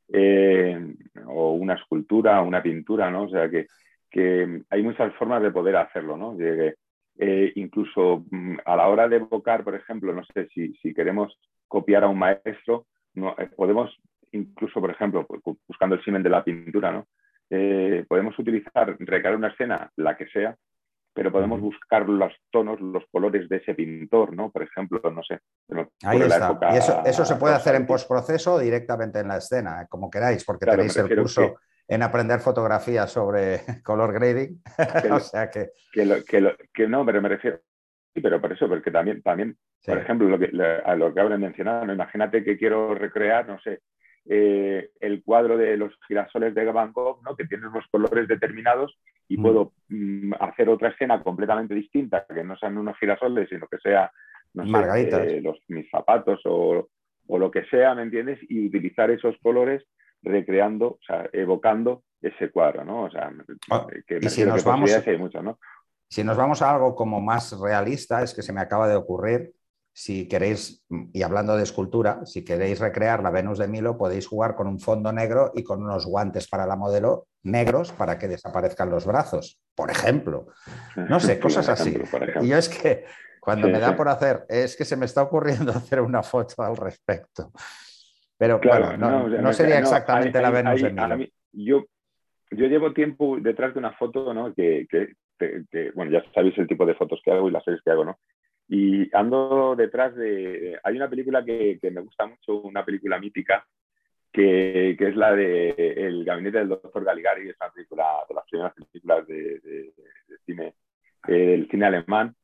eh, o una escultura, una pintura, ¿no? O sea, que, que hay muchas formas de poder hacerlo, ¿no? De, eh, incluso a la hora de evocar, por ejemplo, no sé, si, si queremos copiar a un maestro, no, eh, podemos incluso, por ejemplo, buscando el símil de la pintura, ¿no? Eh, podemos utilizar, recrear una escena, la que sea, pero podemos buscar los tonos, los colores de ese pintor, ¿no? Por ejemplo, no sé. Ahí está. La época, y eso, eso se puede hacer en postproceso o directamente en la escena, como queráis, porque claro, tenéis el curso que, en aprender fotografía sobre color grading. Que, o sea que... Que, lo, que, lo, que no, pero me refiero... Sí, pero por eso, porque también, también sí. Por ejemplo, lo que, a lo que habré mencionado, ¿no? Imagínate que quiero recrear, no sé, eh, el cuadro de los girasoles de Van Gogh, ¿no? Que tiene unos colores determinados y mm. puedo mm, hacer otra escena completamente distinta, que no sean unos girasoles, sino que sea, no sé, eh, los, mis zapatos o, o lo que sea, ¿me entiendes? Y utilizar esos colores recreando, o sea, evocando ese cuadro, ¿no? O sea, oh, que me si nos que vamos, hay mucho, ¿no? Si nos vamos a algo como más realista, es que se me acaba de ocurrir, si queréis, y hablando de escultura, si queréis recrear la Venus de Milo, podéis jugar con un fondo negro y con unos guantes para la modelo negros para que desaparezcan los brazos, por ejemplo. No sé, cosas así. Y yo es que cuando sí, me da sí. por hacer, es que se me está ocurriendo hacer una foto al respecto. Pero claro, bueno, no, no, o sea, no sería no, exactamente hay, la Venus hay, de Milo. Mí, yo, yo llevo tiempo detrás de una foto, ¿no? Que, que, que, que, bueno, ya sabéis el tipo de fotos que hago y las series que hago, ¿no? Y ando detrás de... Hay una película que, que me gusta mucho, una película mítica, que, que es la de El gabinete del doctor Caligari, es una película de las primeras películas de, de, de cine, eh, del cine alemán,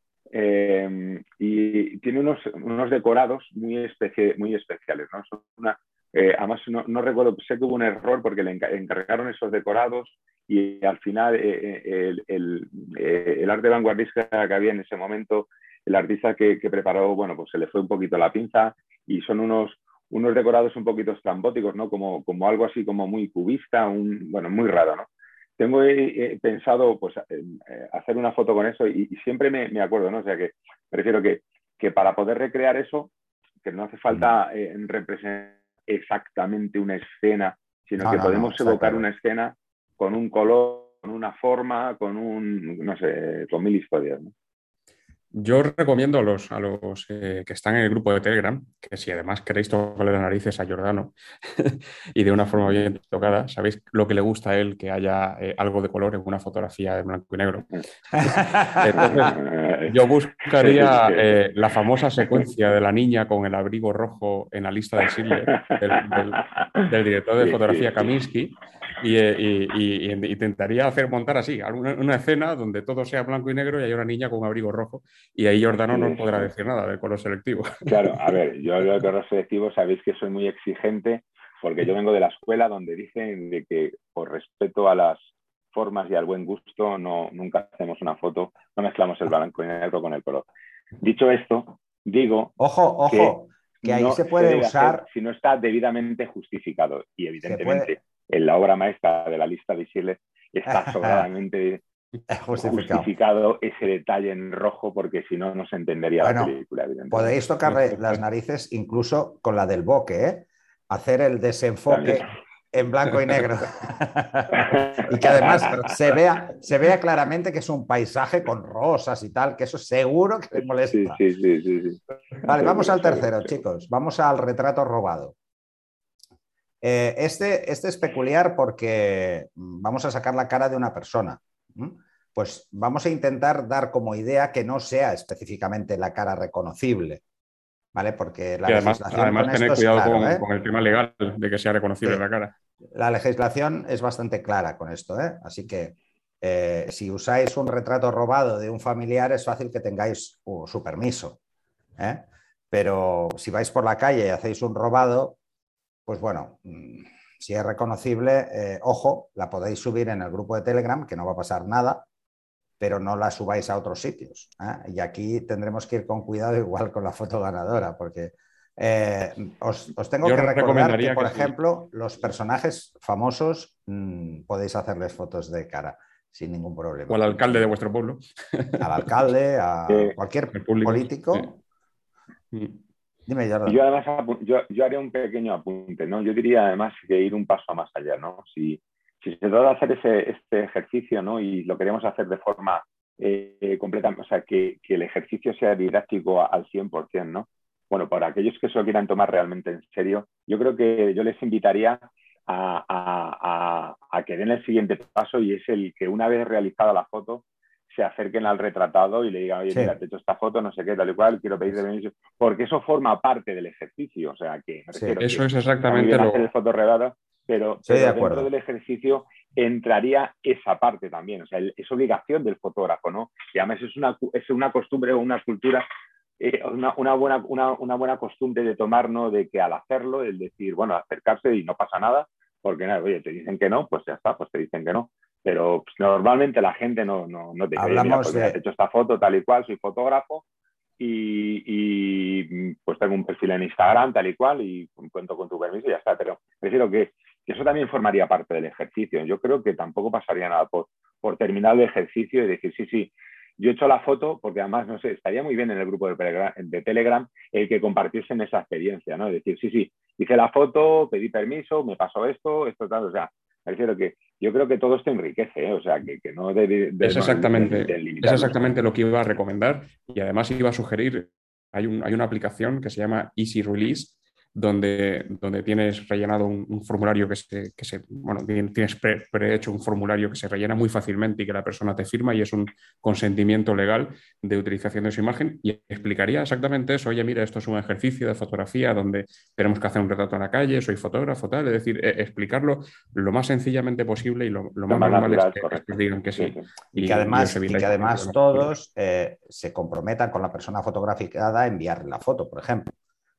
eh, y tiene unos, unos decorados muy, especie, muy especiales, ¿no? Son una, eh, además, no, no recuerdo, sé que hubo un error porque le encargaron esos decorados y al final eh, el, el, el arte vanguardista que había en ese momento, el artista que, que preparó, bueno, pues se le fue un poquito la pinza y son unos, unos decorados un poquito estrambóticos, ¿no? Como, como algo así como muy cubista, un, bueno, muy raro, ¿no? Tengo eh, pensado, pues, eh, hacer una foto con eso y, y siempre me, me acuerdo, ¿no? O sea, que prefiero que, que para poder recrear eso, que no hace falta eh, representar exactamente una escena, sino no, que no, podemos no, evocar una escena con un color, con una forma, con un, no sé, con mil historias, ¿no? Yo recomiendo a los, a los eh, que están en el grupo de Telegram, que si además queréis tocarle las narices a Giordano y de una forma bien tocada, sabéis lo que le gusta a él, que haya eh, algo de color en una fotografía de blanco y negro. Entonces, yo buscaría eh, la famosa secuencia de la niña con el abrigo rojo en la lista de Schindler, del, del, del director de fotografía Kaminsky, y, y, y, y intentaría hacer montar así, una, una escena donde todo sea blanco y negro y hay una niña con un abrigo rojo y ahí Giordano no podrá decir nada del color selectivo. Claro, a ver, yo del color selectivo sabéis que soy muy exigente porque yo vengo de la escuela donde dicen de que por respeto a las formas y al buen gusto no, nunca hacemos una foto, no mezclamos el blanco y negro con el color. Dicho esto, digo ojo, ojo, que, que ahí no se puede se usar hacer si no está debidamente justificado y evidentemente puede... en la obra maestra de la lista de Schiller está sobradamente justificado. justificado ese detalle en rojo porque si no no se entendería bueno, la película, evidentemente. Podéis tocarle las narices incluso con la del bokeh, ¿eh? Hacer el desenfoque también en blanco y negro y que además se vea, se vea claramente que es un paisaje con rosas y tal, que eso seguro que les molesta. Sí, sí, sí, sí, sí. Vale, vamos al tercero, chicos. Vamos al retrato robado. Eh, este, este es peculiar porque vamos a sacar la cara de una persona. Pues vamos a intentar dar como idea que no sea específicamente la cara reconocible. ¿Vale? Porque la y además, legislación además con tener esto cuidado es claro, con, ¿eh? con el tema legal de que sea reconocible sí. la cara. La legislación es bastante clara con esto, ¿eh? Así que eh, si usáis un retrato robado de un familiar es fácil que tengáis uh, su permiso, ¿eh? Pero si vais por la calle y hacéis un robado, pues bueno, si es reconocible, eh, ojo, la podéis subir en el grupo de Telegram, que no va a pasar nada, pero no la subáis a otros sitios, ¿eh? Y aquí tendremos que ir con cuidado igual con la foto ganadora, porque eh, os, os tengo Yo que recordar que, por que ejemplo, sí. los personajes famosos mmm, podéis hacerles fotos de cara sin ningún problema. O al alcalde de vuestro pueblo. Al alcalde, a eh, cualquier público, político. Sí. Dime, Jordan. Yo además yo, yo haría un pequeño apunte, ¿no? Yo diría además que ir un paso más allá, ¿no? Si, si se trata de hacer ese, este ejercicio, ¿no? Y lo queremos hacer de forma eh, completa, o sea, que, que el ejercicio sea didáctico al cien por ciento, ¿no? Bueno, para aquellos que se lo quieran tomar realmente en serio, yo creo que yo les invitaría a, a, a, a que den el siguiente paso y es el que una vez realizada la foto, se acerquen al retratado y le digan, oye, sí. mira, te he hecho esta foto, no sé qué, tal y cual, quiero pedirte permiso, porque eso forma parte del ejercicio, o sea, que me refiero sí, eso que es exactamente lo... lo... hacer el fotorretrato, pero, pero de dentro del ejercicio entraría esa parte también, o sea, es obligación del fotógrafo, ¿no? Y además es una, es una costumbre o una cultura, eh, una, una, buena, una, una buena costumbre de tomar, ¿no? De que al hacerlo, el decir, bueno, acercarse y no pasa nada, porque nada, oye, te dicen que no, pues ya está, pues te dicen que no. Pero pues, normalmente la gente no, no, no te dice, oye, mira, pues mira, de... te he hecho esta foto tal y cual, soy fotógrafo y, y pues tengo un perfil en Instagram tal y cual y cuento con tu permiso y ya está. Pero prefiero que, que eso también formaría parte del ejercicio. Yo creo que tampoco pasaría nada por, por terminar el ejercicio y decir, sí, sí, yo he hecho la foto porque además, no sé, estaría muy bien en el grupo de, de Telegram el que compartiesen esa experiencia, ¿no? Es decir, sí, sí, hice la foto, pedí permiso, me pasó esto, esto tal, o sea, me refiero que yo creo que todo esto enriquece, ¿eh? O sea, que, que no debe... De, es exactamente, de, de, de es exactamente lo que iba a recomendar y además iba a sugerir, hay, un, hay una aplicación que se llama Easy Release, donde, donde tienes rellenado un, un formulario que se, que se bueno, tienes pre, prehecho un formulario que se rellena muy fácilmente y que la persona te firma y es un consentimiento legal de utilización de su imagen y explicaría exactamente eso. Oye, mira, esto es un ejercicio de fotografía donde tenemos que hacer un retrato en la calle, soy fotógrafo, tal, es decir, eh, explicarlo lo más sencillamente posible y lo, lo más, más normal natural, es, que, es que digan que sí. sí, sí. Y, y que además, y, y que además todos eh, se comprometan con la persona fotograficada a enviarle la foto, por ejemplo.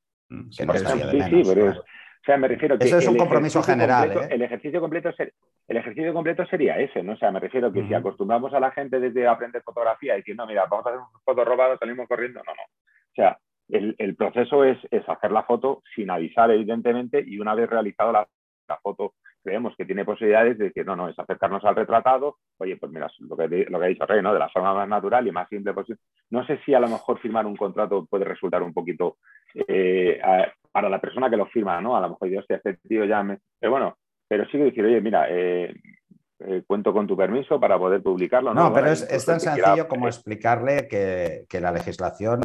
Que no estaría de sí, menos, sí, pero ¿no? es, o sea, me refiero que eso es un compromiso general, completo, ¿eh? el ejercicio completo ser, el ejercicio completo sería ese, ¿no? O sea, me refiero que uh-huh. si acostumbramos a la gente desde aprender fotografía diciendo, mira, vamos a hacer un foto robado, salimos corriendo, no, no. O sea, el, el proceso es, es hacer la foto sin avisar, evidentemente, y una vez realizado la, la foto, creemos que tiene posibilidades de que no, no, es acercarnos al retratado, oye, pues mira, lo que, lo que ha dicho Rey, ¿no? De la forma más natural y más simple posible. No sé si a lo mejor firmar un contrato puede resultar un poquito eh, a, para la persona que lo firma, ¿no? A lo mejor yo estoy este tío ya me... Pero bueno, pero sí que decir, oye, mira, eh, eh, cuento con tu permiso para poder publicarlo, ¿no? No, pero bueno, es, es tan sencillo quiera... como explicarle que, que la legislación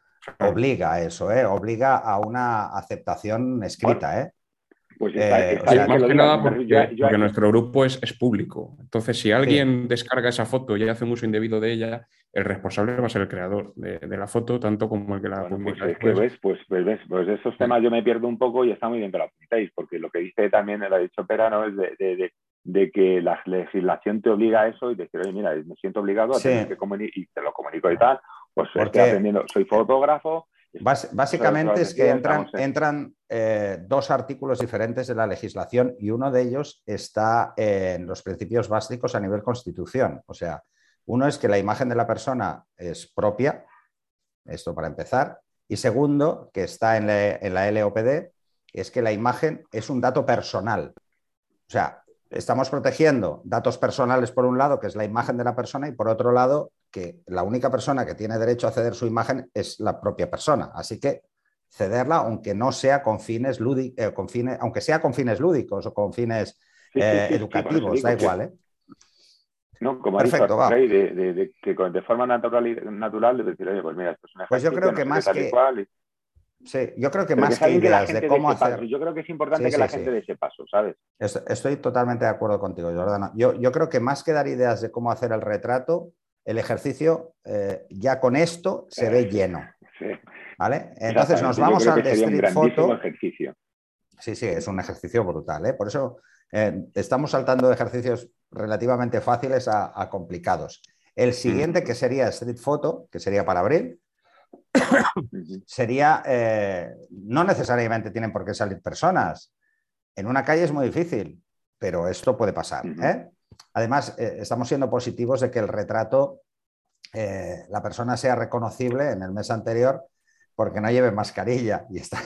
obliga a eso, ¿eh? Obliga a una aceptación escrita, bueno, ¿eh? Pues está, eh, está o sea, que más lo que diga, nada porque, yo, yo, porque yo, nuestro grupo es, es público. Entonces, si alguien sí. descarga esa foto y hace un uso indebido de ella, el responsable va a ser el creador de, de la foto, tanto como el que la bueno, publica pues después. Es que ves, pues, pues ves, pues de esos temas yo me pierdo un poco y está muy bien que lo apuntéis, porque lo que dice también, lo ha dicho Pera, ¿no? Es de, de, de, de que la legislación te obliga a eso y decir, oye, mira, me siento obligado a sí. tener que comunicar y te lo comunico y tal, pues Porque, estoy aprendiendo, soy fotógrafo. Bás, básicamente es que entran, entran eh, dos artículos diferentes de la legislación y uno de ellos está en los principios básicos a nivel constitución. O sea, uno es que la imagen de la persona es propia, esto para empezar, y segundo, que está en la, en la L O P D, es que la imagen es un dato personal. O sea, estamos protegiendo datos personales por un lado, que es la imagen de la persona, y por otro lado, que la única persona que tiene derecho a ceder su imagen es la propia persona. Así que cederla, aunque no sea con fines lúdicos, eh, con fines, aunque sea con fines lúdicos o con fines sí, eh, sí, sí, educativos, sí, da igual, ¿eh? No, como Perfecto, ha dicho Rey, de, de, de, que de forma natural, natural de decir, oye, pues mira, esto es un pues yo creo que no más que... Igual, y... Sí, yo creo que Pero más que, que ideas que la de cómo hacer... paso. Yo creo que es importante sí, que sí, la sí. gente dé ese paso, ¿sabes? Estoy totalmente de acuerdo contigo, Jordana. Yo, yo creo que más que dar ideas de cómo hacer el retrato, el ejercicio eh, ya con esto se ve lleno. Sí. ¿Vale? Entonces nos Yo vamos creo al que de sería street un grandísimo photo. ejercicio. Sí, sí, es un ejercicio brutal, ¿eh? Por eso eh, estamos saltando de ejercicios relativamente fáciles a, a complicados. El siguiente, que sería street photo, que sería para abril, sería, eh, no necesariamente tienen por qué salir personas. En una calle es muy difícil, pero esto puede pasar, ¿eh? Además, eh, estamos siendo positivos de que el retrato, eh, la persona sea reconocible en el mes anterior porque no lleve mascarilla y está...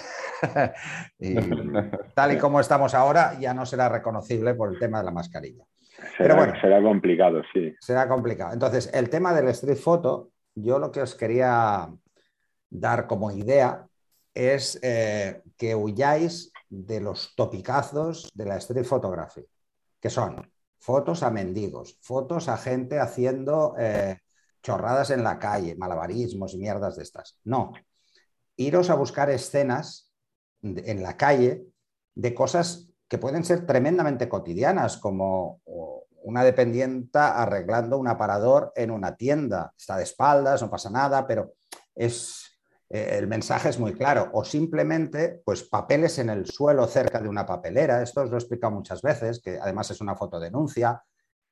y tal y como estamos ahora, ya no será reconocible por el tema de la mascarilla. Será, Pero bueno, será complicado, sí. Será complicado. Entonces, el tema del street photo, yo lo que os quería dar como idea es eh, que huyáis de los topicazos de la street photography, que son fotos a mendigos, fotos a gente haciendo eh, chorradas en la calle, malabarismos y mierdas de estas. No, iros a buscar escenas en la calle de cosas que pueden ser tremendamente cotidianas, como una dependienta arreglando un aparador en una tienda. Está de espaldas, no pasa nada, pero es, eh, el mensaje es muy claro. O simplemente, pues, papeles en el suelo cerca de una papelera. Esto os lo he explicado muchas veces, que además es una fotodenuncia.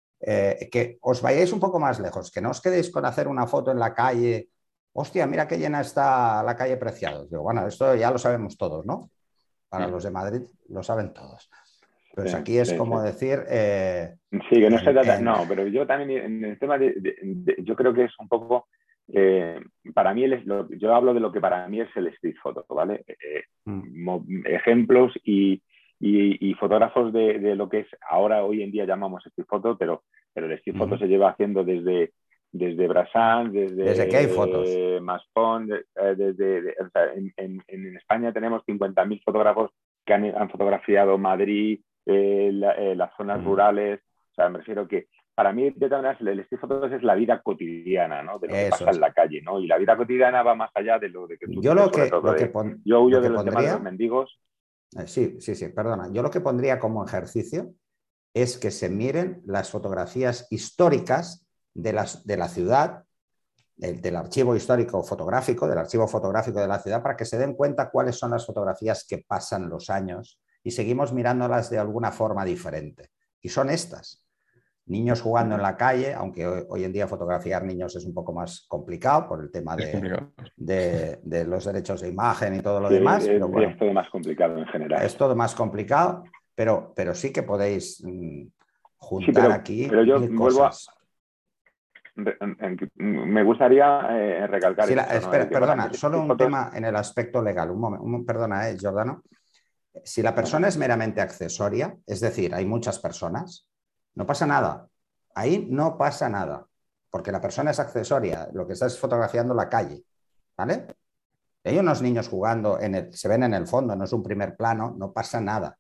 Eh, que os vayáis un poco más lejos, que no os quedéis con hacer una foto en la calle. Hostia, mira qué llena está la calle Preciados. Digo, bueno, esto ya lo sabemos todos, ¿no? Para los de Madrid lo saben todos. Pues sí, aquí es sí, como sí. decir... Eh, sí, que no en, se trata... En... No, pero yo también en el tema de... de, de yo creo que es un poco... Eh, para mí, el, lo, yo hablo de lo que para mí es el street photo, ¿vale? Eh, mm. Ejemplos y, y, y fotógrafos de, de lo que es ahora, hoy en día llamamos street photo, pero, pero el street mm. photo se lleva haciendo desde... desde Brasán, desde, desde que hay fotos. Maspón, de, desde, de, o sea, en, en, en España tenemos cincuenta mil fotógrafos que han, han fotografiado Madrid, eh, la, eh, las zonas mm. rurales. O sea, me refiero que para mí, de todas maneras, el street photo es la vida cotidiana, ¿no? De lo que Eso pasa es. en la calle, ¿no? Y la vida cotidiana va más allá de lo de que tú yo lo que, todo, lo de, que pon, yo huyo lo que de los pondría, temas de los mendigos. Eh, sí, sí, sí, perdona. Yo lo que pondría como ejercicio es que se miren las fotografías históricas de, las, de la ciudad, del, del archivo histórico fotográfico, del archivo fotográfico de la ciudad, para que se den cuenta cuáles son las fotografías que pasan los años y seguimos mirándolas de alguna forma diferente. Y son estas. Niños jugando en la calle, aunque hoy, hoy en día fotografiar niños es un poco más complicado por el tema de, de, de los derechos de imagen y todo lo sí, demás. Es, pero bueno, es todo más complicado en general. Es todo más complicado, pero, pero sí que podéis mmm, juntar sí, pero, aquí pero yo mil vuelvo cosas. A... Me gustaría eh, recalcar sí, la, esto, espera, ¿no? perdona, bueno, solo un fotos... tema en el aspecto legal. Un momento, un, perdona, eh, Jordano. Si la persona es meramente accesoria, es decir, hay muchas personas, no pasa nada. Ahí no pasa nada, porque la persona es accesoria, lo que está es fotografiando la calle, ¿vale? Hay unos niños jugando, en el, se ven en el fondo, no es un primer plano, no pasa nada.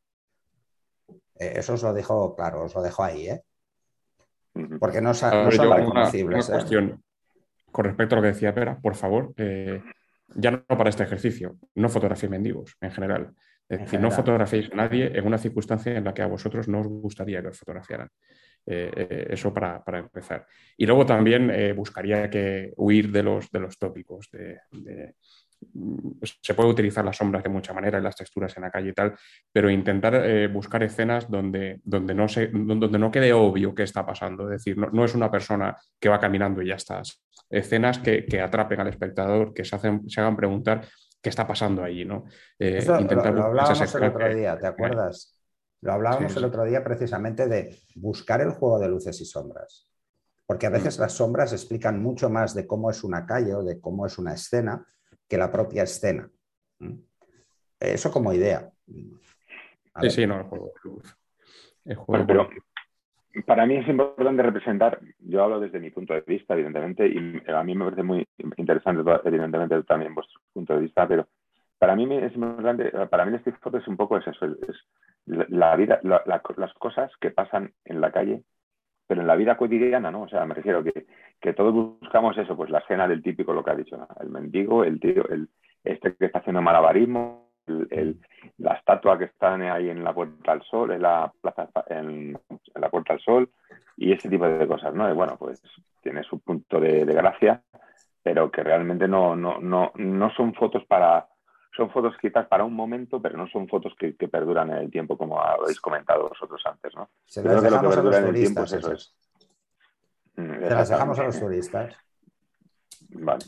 Eh, eso os lo dejo claro, os lo dejo ahí, ¿eh? Porque no, no son yo, reconocibles. Una, una cuestión ¿eh? Con respecto a lo que decía Pera, por favor, eh, ya no para este ejercicio, no fotograféis mendigos en general. Es decir, no fotografiéis a nadie en una circunstancia en la que a vosotros no os gustaría que os fotografiaran. Eh, eh, eso para, para empezar. Y luego también eh, buscaría que huir de los, de los tópicos, de, de, se puede utilizar las sombras de mucha manera y las texturas en la calle y tal, pero intentar eh, buscar escenas donde, donde, no se, donde no quede obvio qué está pasando. Es decir, no, no es una persona que va caminando y ya está. Escenas que, que atrapen al espectador, que se, hacen, se hagan preguntar qué está pasando allí, ¿no? Eh, Eso intentar lo, lo buscar esas hablábamos el escenas otro que, día, ¿te acuerdas? Lo hablábamos sí, el sí. otro día precisamente de buscar el juego de luces y sombras. Porque a veces Mm. las sombras explican mucho más de cómo es una calle o de cómo es una escena que la propia escena. Eso como idea. A Sí, ver. sí, no, el juego de luz. El juego Bueno, de pero luz. para mí es importante representar, yo hablo desde mi punto de vista, evidentemente, y a mí me parece muy interesante, evidentemente, también vuestro punto de vista, pero para mí es importante, para mí el stick photo es un poco eso, es la vida, la, la, las cosas que pasan en la calle, pero en la vida cotidiana, ¿no? O sea, me refiero que, que todos buscamos eso, pues la escena del típico, lo que ha dicho, ¿no? El mendigo, el tío, el, este que está haciendo malabarismo, el, el, la estatua que está ahí en la Puerta del Sol, en la plaza, en, en la Puerta del Sol, y ese tipo de cosas, ¿no? Y bueno, pues tiene su punto de, de gracia, pero que realmente no, no, no, no son fotos para... Son fotos quizás para un momento, pero no son fotos que, que perduran en el tiempo, como habéis comentado vosotros antes, ¿no? Se Yo las creo que lo que dejamos a los perdura en el tiempo es turistas eso, es... esas. Mm, Se las dejamos a los exactamente. turistas. Vale.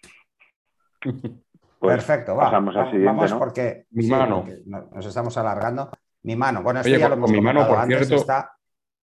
Pues Perfecto, va. pasamos al siguiente, Vamos ¿no? porque, Mi sí, mano. porque nos estamos alargando. Mi mano, bueno, esto Oye, ya lo con, hemos con mi mano, comentado por antes, cierto, está...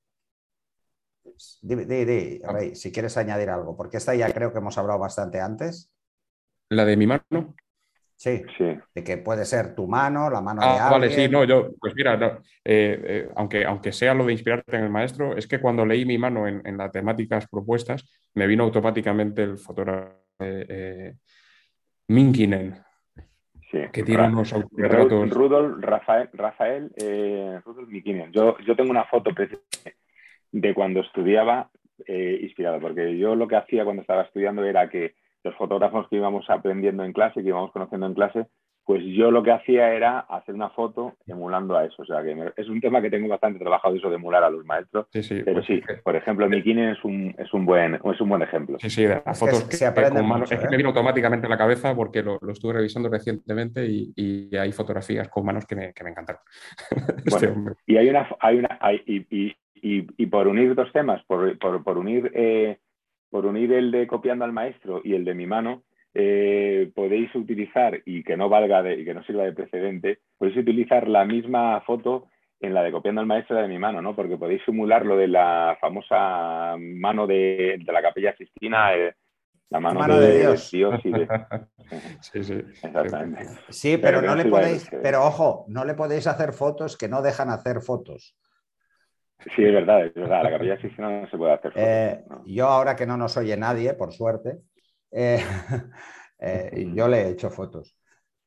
Di, di, di, Rey, si quieres añadir algo, porque esta ya creo que hemos hablado bastante antes. la de mi mano. Sí, Sí. de que puede ser tu mano, la mano de Ah, vale, sí, alguien. no, yo, pues mira, no, eh, eh, aunque, aunque sea lo de inspirarte en el maestro, es que cuando leí mi mano en, en las temáticas propuestas, me vino automáticamente el fotógrafo eh, eh, Minkinen, Sí, que tiene Ra unos Ru autorretratos. Rudolf Rafael, Rafael eh, Rudolf Mikinen. Yo, yo tengo una foto de cuando estudiaba eh, inspirado, porque yo lo que hacía cuando estaba estudiando era que los fotógrafos que íbamos aprendiendo en clase, que íbamos conociendo en clase, pues yo lo que hacía era hacer una foto emulando a eso. O sea, que me, es un tema que tengo bastante trabajado, eso de emular a los maestros. Sí, sí, Pero pues es sí, que, por ejemplo, Mikinen es un, es un, buen, es un buen ejemplo. sí, sí, de las Es que fotos se que, que aprende con mano, mucho, es que ¿eh? me vino automáticamente a la cabeza porque lo, lo estuve revisando recientemente y, y hay fotografías con manos que me, que me encantaron. Este Bueno, hombre. y hay una, hay una, hay, y, y, y, y por unir dos temas, por, por, por unir, eh, por unir el de copiando al maestro y el de mi mano, eh, podéis utilizar, y que no valga de, y que no sirva de precedente, podéis utilizar la misma foto en la de copiando al maestro y la de mi mano, ¿no? Porque podéis simular lo de la famosa mano de, de la Capilla Sistina, eh, la La mano mano de de, de Dios. Dios y de... Sí, sí. Exactamente. Sí, Pero pero que no no le sirva de podéis, precedente. pero ojo, no le podéis hacer fotos que no dejan hacer fotos. Sí, es verdad, es verdad. La Capilla Sistina no se puede hacer fotos. Eh, ¿No? yo ahora que no nos oye nadie, por suerte, eh, eh, yo le he hecho fotos.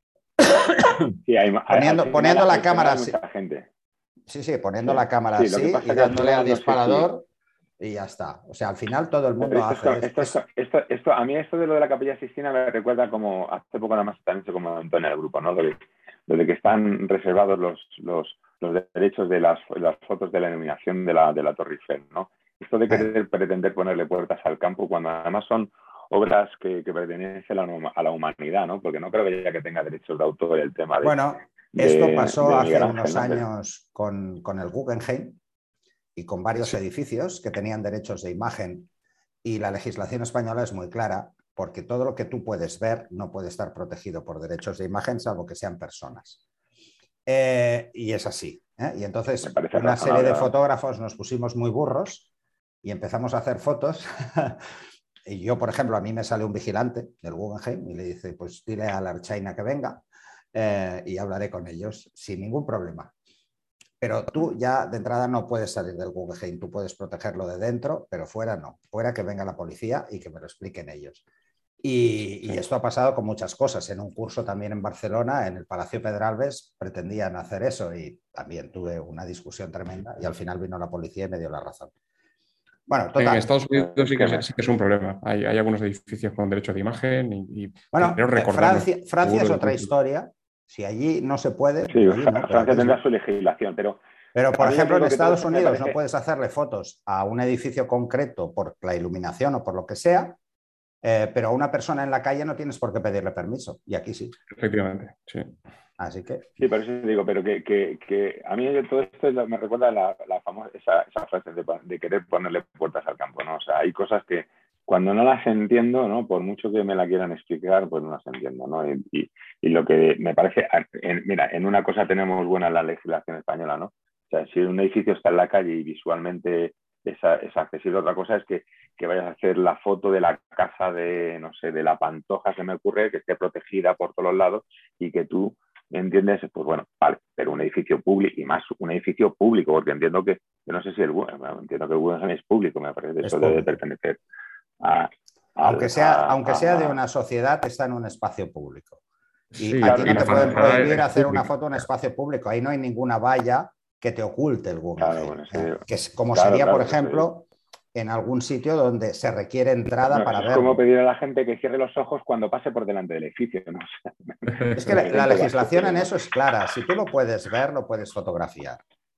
Sí, hay, al Poniendo, final, poniendo la al final cámara hay así. mucha gente. Sí, sí, poniendo Sí, la cámara sí, lo que así pasa y es que al dándole al final no sé si... disparador y ya está. O sea, al final todo el Pero mundo esto, hace es, esto, es, es, esto, esto, a mí esto de lo de la Capilla Sistina me recuerda como hace poco nada más también se comentó en el grupo, ¿no? Lo de, lo de que están reservados los, los, los derechos de las, las fotos de la iluminación de la, de la Torre Eiffel, ¿no? Esto de querer eh, pretender ponerle puertas al campo cuando además son obras que, que pertenecen a la, a la humanidad, ¿no? Porque no creo que ya que tenga derechos de autor el tema de, Bueno, esto de, pasó de hace Miguel Ángel, unos ¿no? Pero, años con, con el Guggenheim y con varios Sí. edificios que tenían derechos de imagen y la legislación española es muy clara porque todo lo que tú puedes ver no puede estar protegido por derechos de imagen salvo que sean personas. Eh, y es así. ¿eh? Y me entonces parece una serie razonable, de ¿no? fotógrafos nos pusimos muy burros y empezamos a hacer fotos. Y yo, por ejemplo, a mí me sale un vigilante del Guggenheim y le dice, pues dile a la Archaina que venga eh, y hablaré con ellos sin ningún problema. Pero tú ya de entrada no puedes salir del Guggenheim, tú puedes protegerlo de dentro, pero fuera no. Fuera que venga la policía y que me lo expliquen ellos. Y, y, esto ha pasado con muchas cosas. En un curso también en Barcelona, en el Palacio Pedralbes, pretendían hacer eso y también tuve una discusión tremenda y al final vino la policía y me dio la razón. Bueno, En total. Estados Unidos sí que, me... es, sí que es un problema. Hay, hay algunos edificios con derecho de imagen y, y Bueno, creo recordar, no Francia, Francia es seguro, otra incluso. historia. Si allí no se puede, Sí, pues allí no, pero Francia aquí sí. tendrá su legislación, pero Pero, a por mí ya te ejemplo, en digo que todo Estados esto me Unidos no parece... puedes hacerle fotos a un edificio concreto por la iluminación o por lo que sea, Eh, pero a una persona en la calle no tienes por qué pedirle permiso, y aquí sí. Efectivamente, sí. Así que... Sí, por eso digo, pero que, que, que a mí todo esto me recuerda la, la famosa, esa, esa frase de, de querer ponerle puertas al campo, ¿no? O sea, hay cosas que cuando no las entiendo, ¿no? Por mucho que me la quieran explicar, pues no las entiendo, ¿no? Y, y, y lo que me parece, en, mira, en una cosa tenemos buena la legislación española, ¿no? O sea, si un edificio está en la calle y visualmente es, es accesible, otra cosa es que, que vayas a hacer la foto de la casa de, no sé, de la Pantoja, se me ocurre, que esté protegida por todos los lados y que tú ¿entiendes? Pues bueno, vale, pero un edificio público y más un edificio público, porque entiendo que, yo no sé si el entiendo que el Guggenheim es público, me parece que eso debe pertenecer a... a aunque sea, a, aunque a, sea de una sociedad, está en un espacio público. Y sí, a ti no te pueden prohibir hacer pública. una foto en espacio público. Ahí no hay ninguna valla que te oculte el Guggenheim. Claro, bueno, sí, ¿eh? Que es como claro, sería, claro, por ejemplo, en algún sitio donde se requiere entrada no, para es verlo. como pedir a la gente que cierre los ojos cuando pase por delante del edificio, ¿no? Es que la, la legislación en eso es clara. Si tú lo puedes ver, lo puedes fotografiar.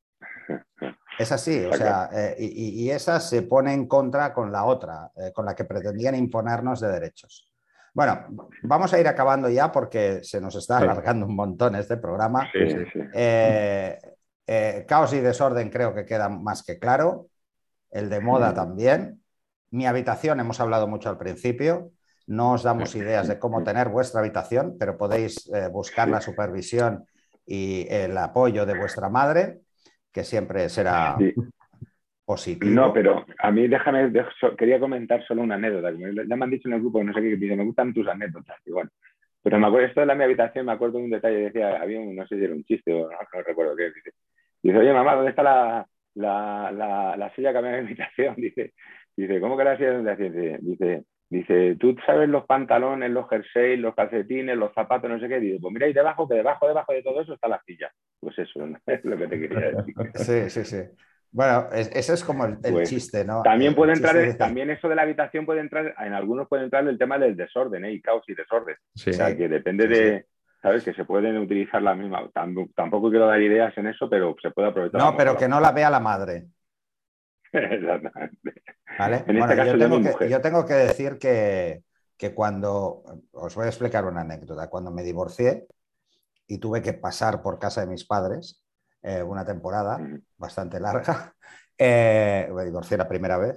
Es así, o sea, eh, y, y esa se pone en contra con la otra, eh, con la que pretendían imponernos de derechos. Bueno, vamos a ir acabando ya porque se nos está alargando un montón este programa. Sí, sí, sí. Eh, eh, caos y desorden creo que queda más que claro. El de moda también. Mi habitación, hemos hablado mucho al principio. No os damos ideas de cómo tener vuestra habitación, pero podéis eh, buscar la supervisión y el apoyo de vuestra madre, que siempre será sí. positivo. No, pero a mí déjame, de, so, quería comentar solo una anécdota. Ya me han dicho en el grupo, no sé qué, que me gustan tus anécdotas. Y bueno, pero me acuerdo, esto de la mi habitación, me acuerdo de un detalle, decía, había un, no sé si era un chiste o no, no recuerdo qué. Dice, dice, oye mamá, ¿dónde está la, la, la, la silla que había en mi habitación? Dice, dice, ¿cómo que la silla de habitación? Dice, dice, ¿tú sabes los pantalones, los jerseys, los calcetines, los zapatos, no sé qué? Dice, pues mira, y debajo, que debajo, debajo de todo eso está la silla. Pues eso, ¿no? Es lo que te quería decir. Sí, sí, sí. Bueno, es, ese es como el, el pues, chiste, ¿no? También el, puede el entrar, de... también eso de la habitación puede entrar, en algunos puede entrar el tema del desorden, ¿eh? Y caos y desorden. Sí. O sea, que depende sí, de, sí. ¿sabes? Que se pueden utilizar la misma. Tampoco quiero dar ideas en eso, pero se puede aprovechar. No, pero que no la vea la madre. Exactamente. ¿Vale? En Bueno, este caso yo, tengo yo, que, yo tengo que decir que, que cuando, os voy a explicar una anécdota, cuando me divorcié y tuve que pasar por casa de mis padres eh, una temporada mm. bastante larga, eh, me divorcié la primera vez,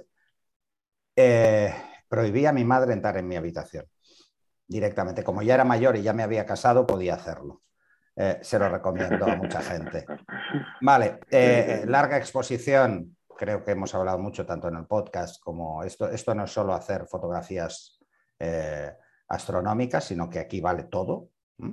eh, prohibí a mi madre entrar en mi habitación directamente. Como ya era mayor y ya me había casado, podía hacerlo. Eh, se lo recomiendo a mucha gente. Vale, eh, larga exposición. Creo que hemos hablado mucho tanto en el podcast como esto. Esto no es solo hacer fotografías eh, astronómicas, sino que aquí vale todo. ¿Mm?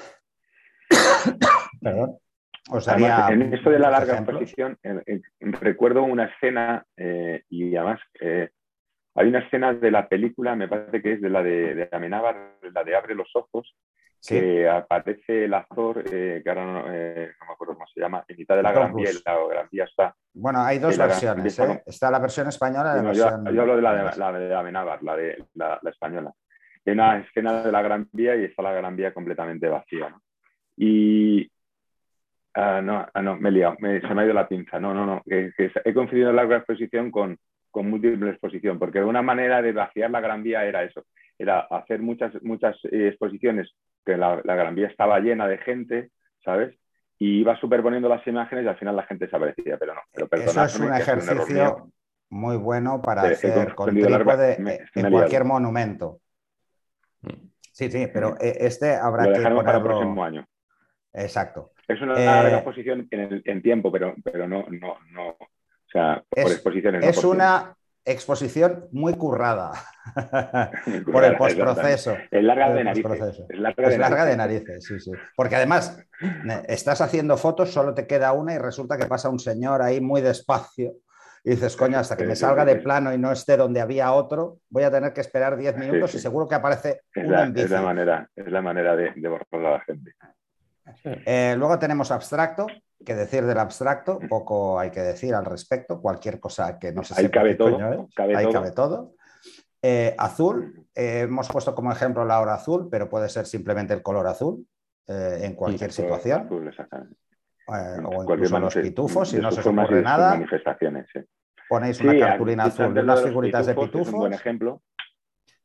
Perdón. Os daría además, en esto de la larga ejemplos. exposición, eh, eh, recuerdo una escena eh, y además eh, hay una escena de la película, me parece que es de la de, de Amenábar, la de Abre los ojos, ¿sí? Que aparece el actor, eh, que ahora no, eh, no me acuerdo cómo se llama, en mitad de la Gran Vía, y la Gran Vía está... Bueno, hay dos versiones, ¿eh? Está, está la versión española y la no, versión... Yo, yo hablo de la de, la de Amenábar, la, de, la, la española. Hay una escena de la Gran Vía y está la Gran Vía completamente vacía, ¿no? Y... Uh, no, uh, no, me he liado, me, se me ha ido la pinza. No, no, no. Eh, que he confundido larga exposición con, con múltiple exposición, porque una manera de vaciar la Gran Vía era eso, era hacer muchas, muchas eh, exposiciones que la, la Gran Vía estaba llena de gente, ¿sabes? Y iba superponiendo las imágenes y al final la gente desaparecía, pero no. Pero eso es un ejercicio un muy bueno para eh, hacer con trípode larga, me, en cualquier liado. monumento. Sí, sí, pero este habrá Lo que dejaremos ponerlo... para el próximo año. Exacto. Es una larga eh, exposición en, el, en tiempo, pero, pero no, no, no, o sea, por es, exposiciones. Es no por una tiempo. exposición muy currada, muy currada por el postproceso. Es larga de narices. Es larga, de, es larga narices. de narices, sí, sí. Porque además estás haciendo fotos, solo te queda una y resulta que pasa un señor ahí muy despacio y dices, coño, hasta que me salga de plano y no esté donde había otro, voy a tener que esperar diez minutos sí, sí. y seguro que aparece es uno la, en bici. Es la manera, es la manera de, de borrar a la gente. Eh, luego tenemos abstracto, que decir del abstracto, poco hay que decir al respecto, cualquier cosa que no se ahí sepa cabe qué todo, coño es, cabe ahí todo. cabe todo. Eh, azul, eh, hemos puesto como ejemplo la hora azul, pero puede ser simplemente el color azul eh, en cualquier sí, situación. Azul, exactamente. Eh, o incluso los pitufos, si no se os ocurre de nada, manifestaciones, sí. ponéis Sí, una cartulina azul y unas de figuritas de pitufos. Es un buen ejemplo.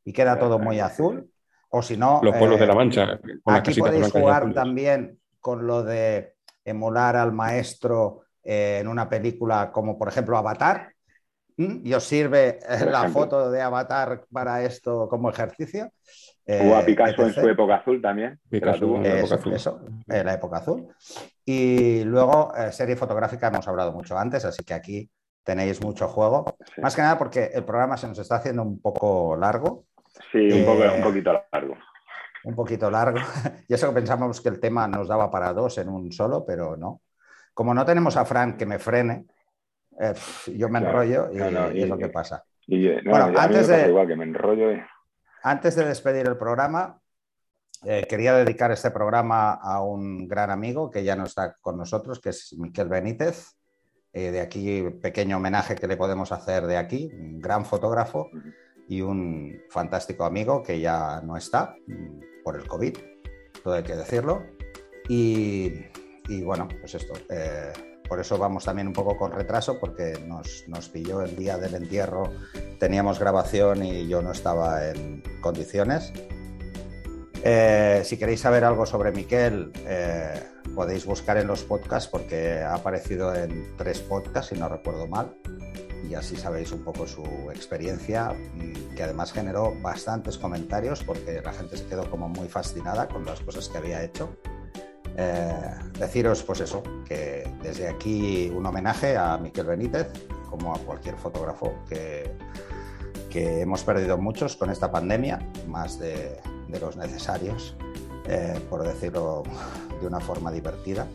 y queda todo muy azul. O si no... Los pueblos eh, de la Mancha. Con aquí podéis jugar también con lo de emular al maestro eh, en una película como, por ejemplo, Avatar. ¿Mm? Y os sirve eh, la foto de Avatar para esto como ejercicio. Eh, o a Picasso etcétera en su época azul también. Picasso en la época azul. Eso, en la época azul. Y luego, eh, serie fotográfica hemos hablado mucho antes, así que aquí tenéis mucho juego. Sí. Más que nada porque el programa se nos está haciendo un poco largo. Sí, un, poco, eh, un poquito largo. Un poquito largo. Y eso que pensamos que el tema nos daba para dos en un solo, pero no. Como no tenemos a Fran que me frene, eh, yo me claro, enrollo y, no, no, y, y es lo que pasa. Y, no, bueno, a antes mí me de... igual que me enrollo y... Antes de despedir el programa, eh, quería dedicar este programa a un gran amigo que ya no está con nosotros, que es Miquel Benítez. Eh, de aquí, pequeño homenaje que le podemos hacer de aquí, un gran fotógrafo y un fantástico amigo que ya no está por el COVID, todo hay que decirlo. Y, y bueno, pues esto, eh, por eso vamos también un poco con retraso, porque nos, nos pilló el día del entierro. Teníamos grabación y yo no estaba en condiciones. Eh, si queréis saber algo sobre Miquel, eh, podéis buscar en los podcasts, porque ha aparecido en tres podcasts, si no recuerdo mal, y así sabéis un poco su experiencia, que además generó bastantes comentarios porque la gente se quedó como muy fascinada con las cosas que había hecho. Eh, deciros pues eso, que desde aquí un homenaje a Miquel Benítez, como a cualquier fotógrafo que, que hemos perdido muchos con esta pandemia, más de, de los necesarios, eh, por decirlo de una forma divertida,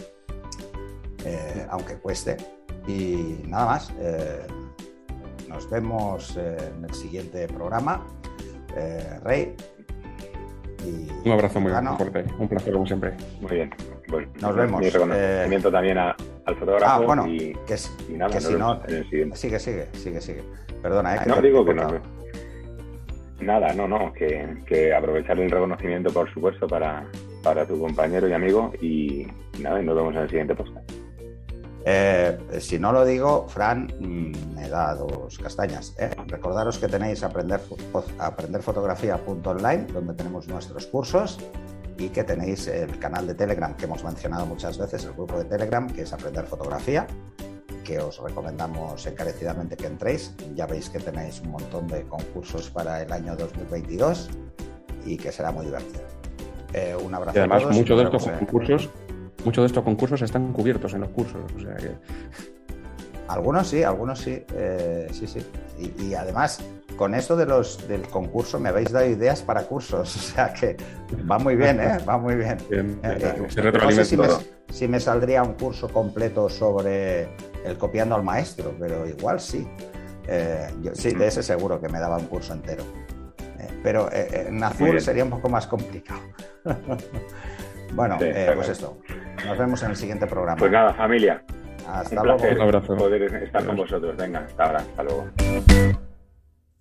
eh, aunque cueste. Y nada más, eh, nos vemos en el siguiente programa. Eh, Rey. Y un abrazo muy bueno. fuerte, un placer como siempre. Muy bien. Bueno, nos vemos. Mi reconocimiento eh... también a, al fotógrafo. Ah, bueno, y, que, y nada, que si no, en el siguiente. Sigue, sigue, sigue, sigue. Perdona, eh, que no te, digo te que no. Nada, no, no, que, que aprovechar el reconocimiento, por supuesto, para, para tu compañero y amigo. Y nada, y nos vemos en el siguiente podcast. Eh, si no lo digo, Fran mmm, me da dos castañas. ¿eh? Recordaros que tenéis aprender, aprenderfotografía punto online, donde tenemos nuestros cursos, y que tenéis el canal de Telegram que hemos mencionado muchas veces, el grupo de Telegram, que es Aprender Fotografía, que os recomendamos encarecidamente que entréis. Ya veis que tenéis un montón de concursos para el año dos mil veintidós y que será muy divertido. Eh, un abrazo y además, a todos. Muchos de estos concursos... Muchos de estos concursos están cubiertos en los cursos, o sea que... Algunos sí, algunos sí, eh, sí, sí. Y, y además, con esto de los, del concurso me habéis dado ideas para cursos, o sea que va muy bien, ¿eh? Va muy bien. bien eh, eh, se no sé si me, si me saldría un curso completo sobre el copiando al maestro, pero igual sí. Eh, yo, sí, de ese seguro que me daba un curso entero. Eh, pero eh, en azul sería un poco más complicado. Bueno, sí, eh, pues esto. Nos vemos en el siguiente programa. Pues nada, familia. Hasta un luego. placer Un abrazo. Poder estar con vosotros. Venga, hasta ahora. Hasta luego.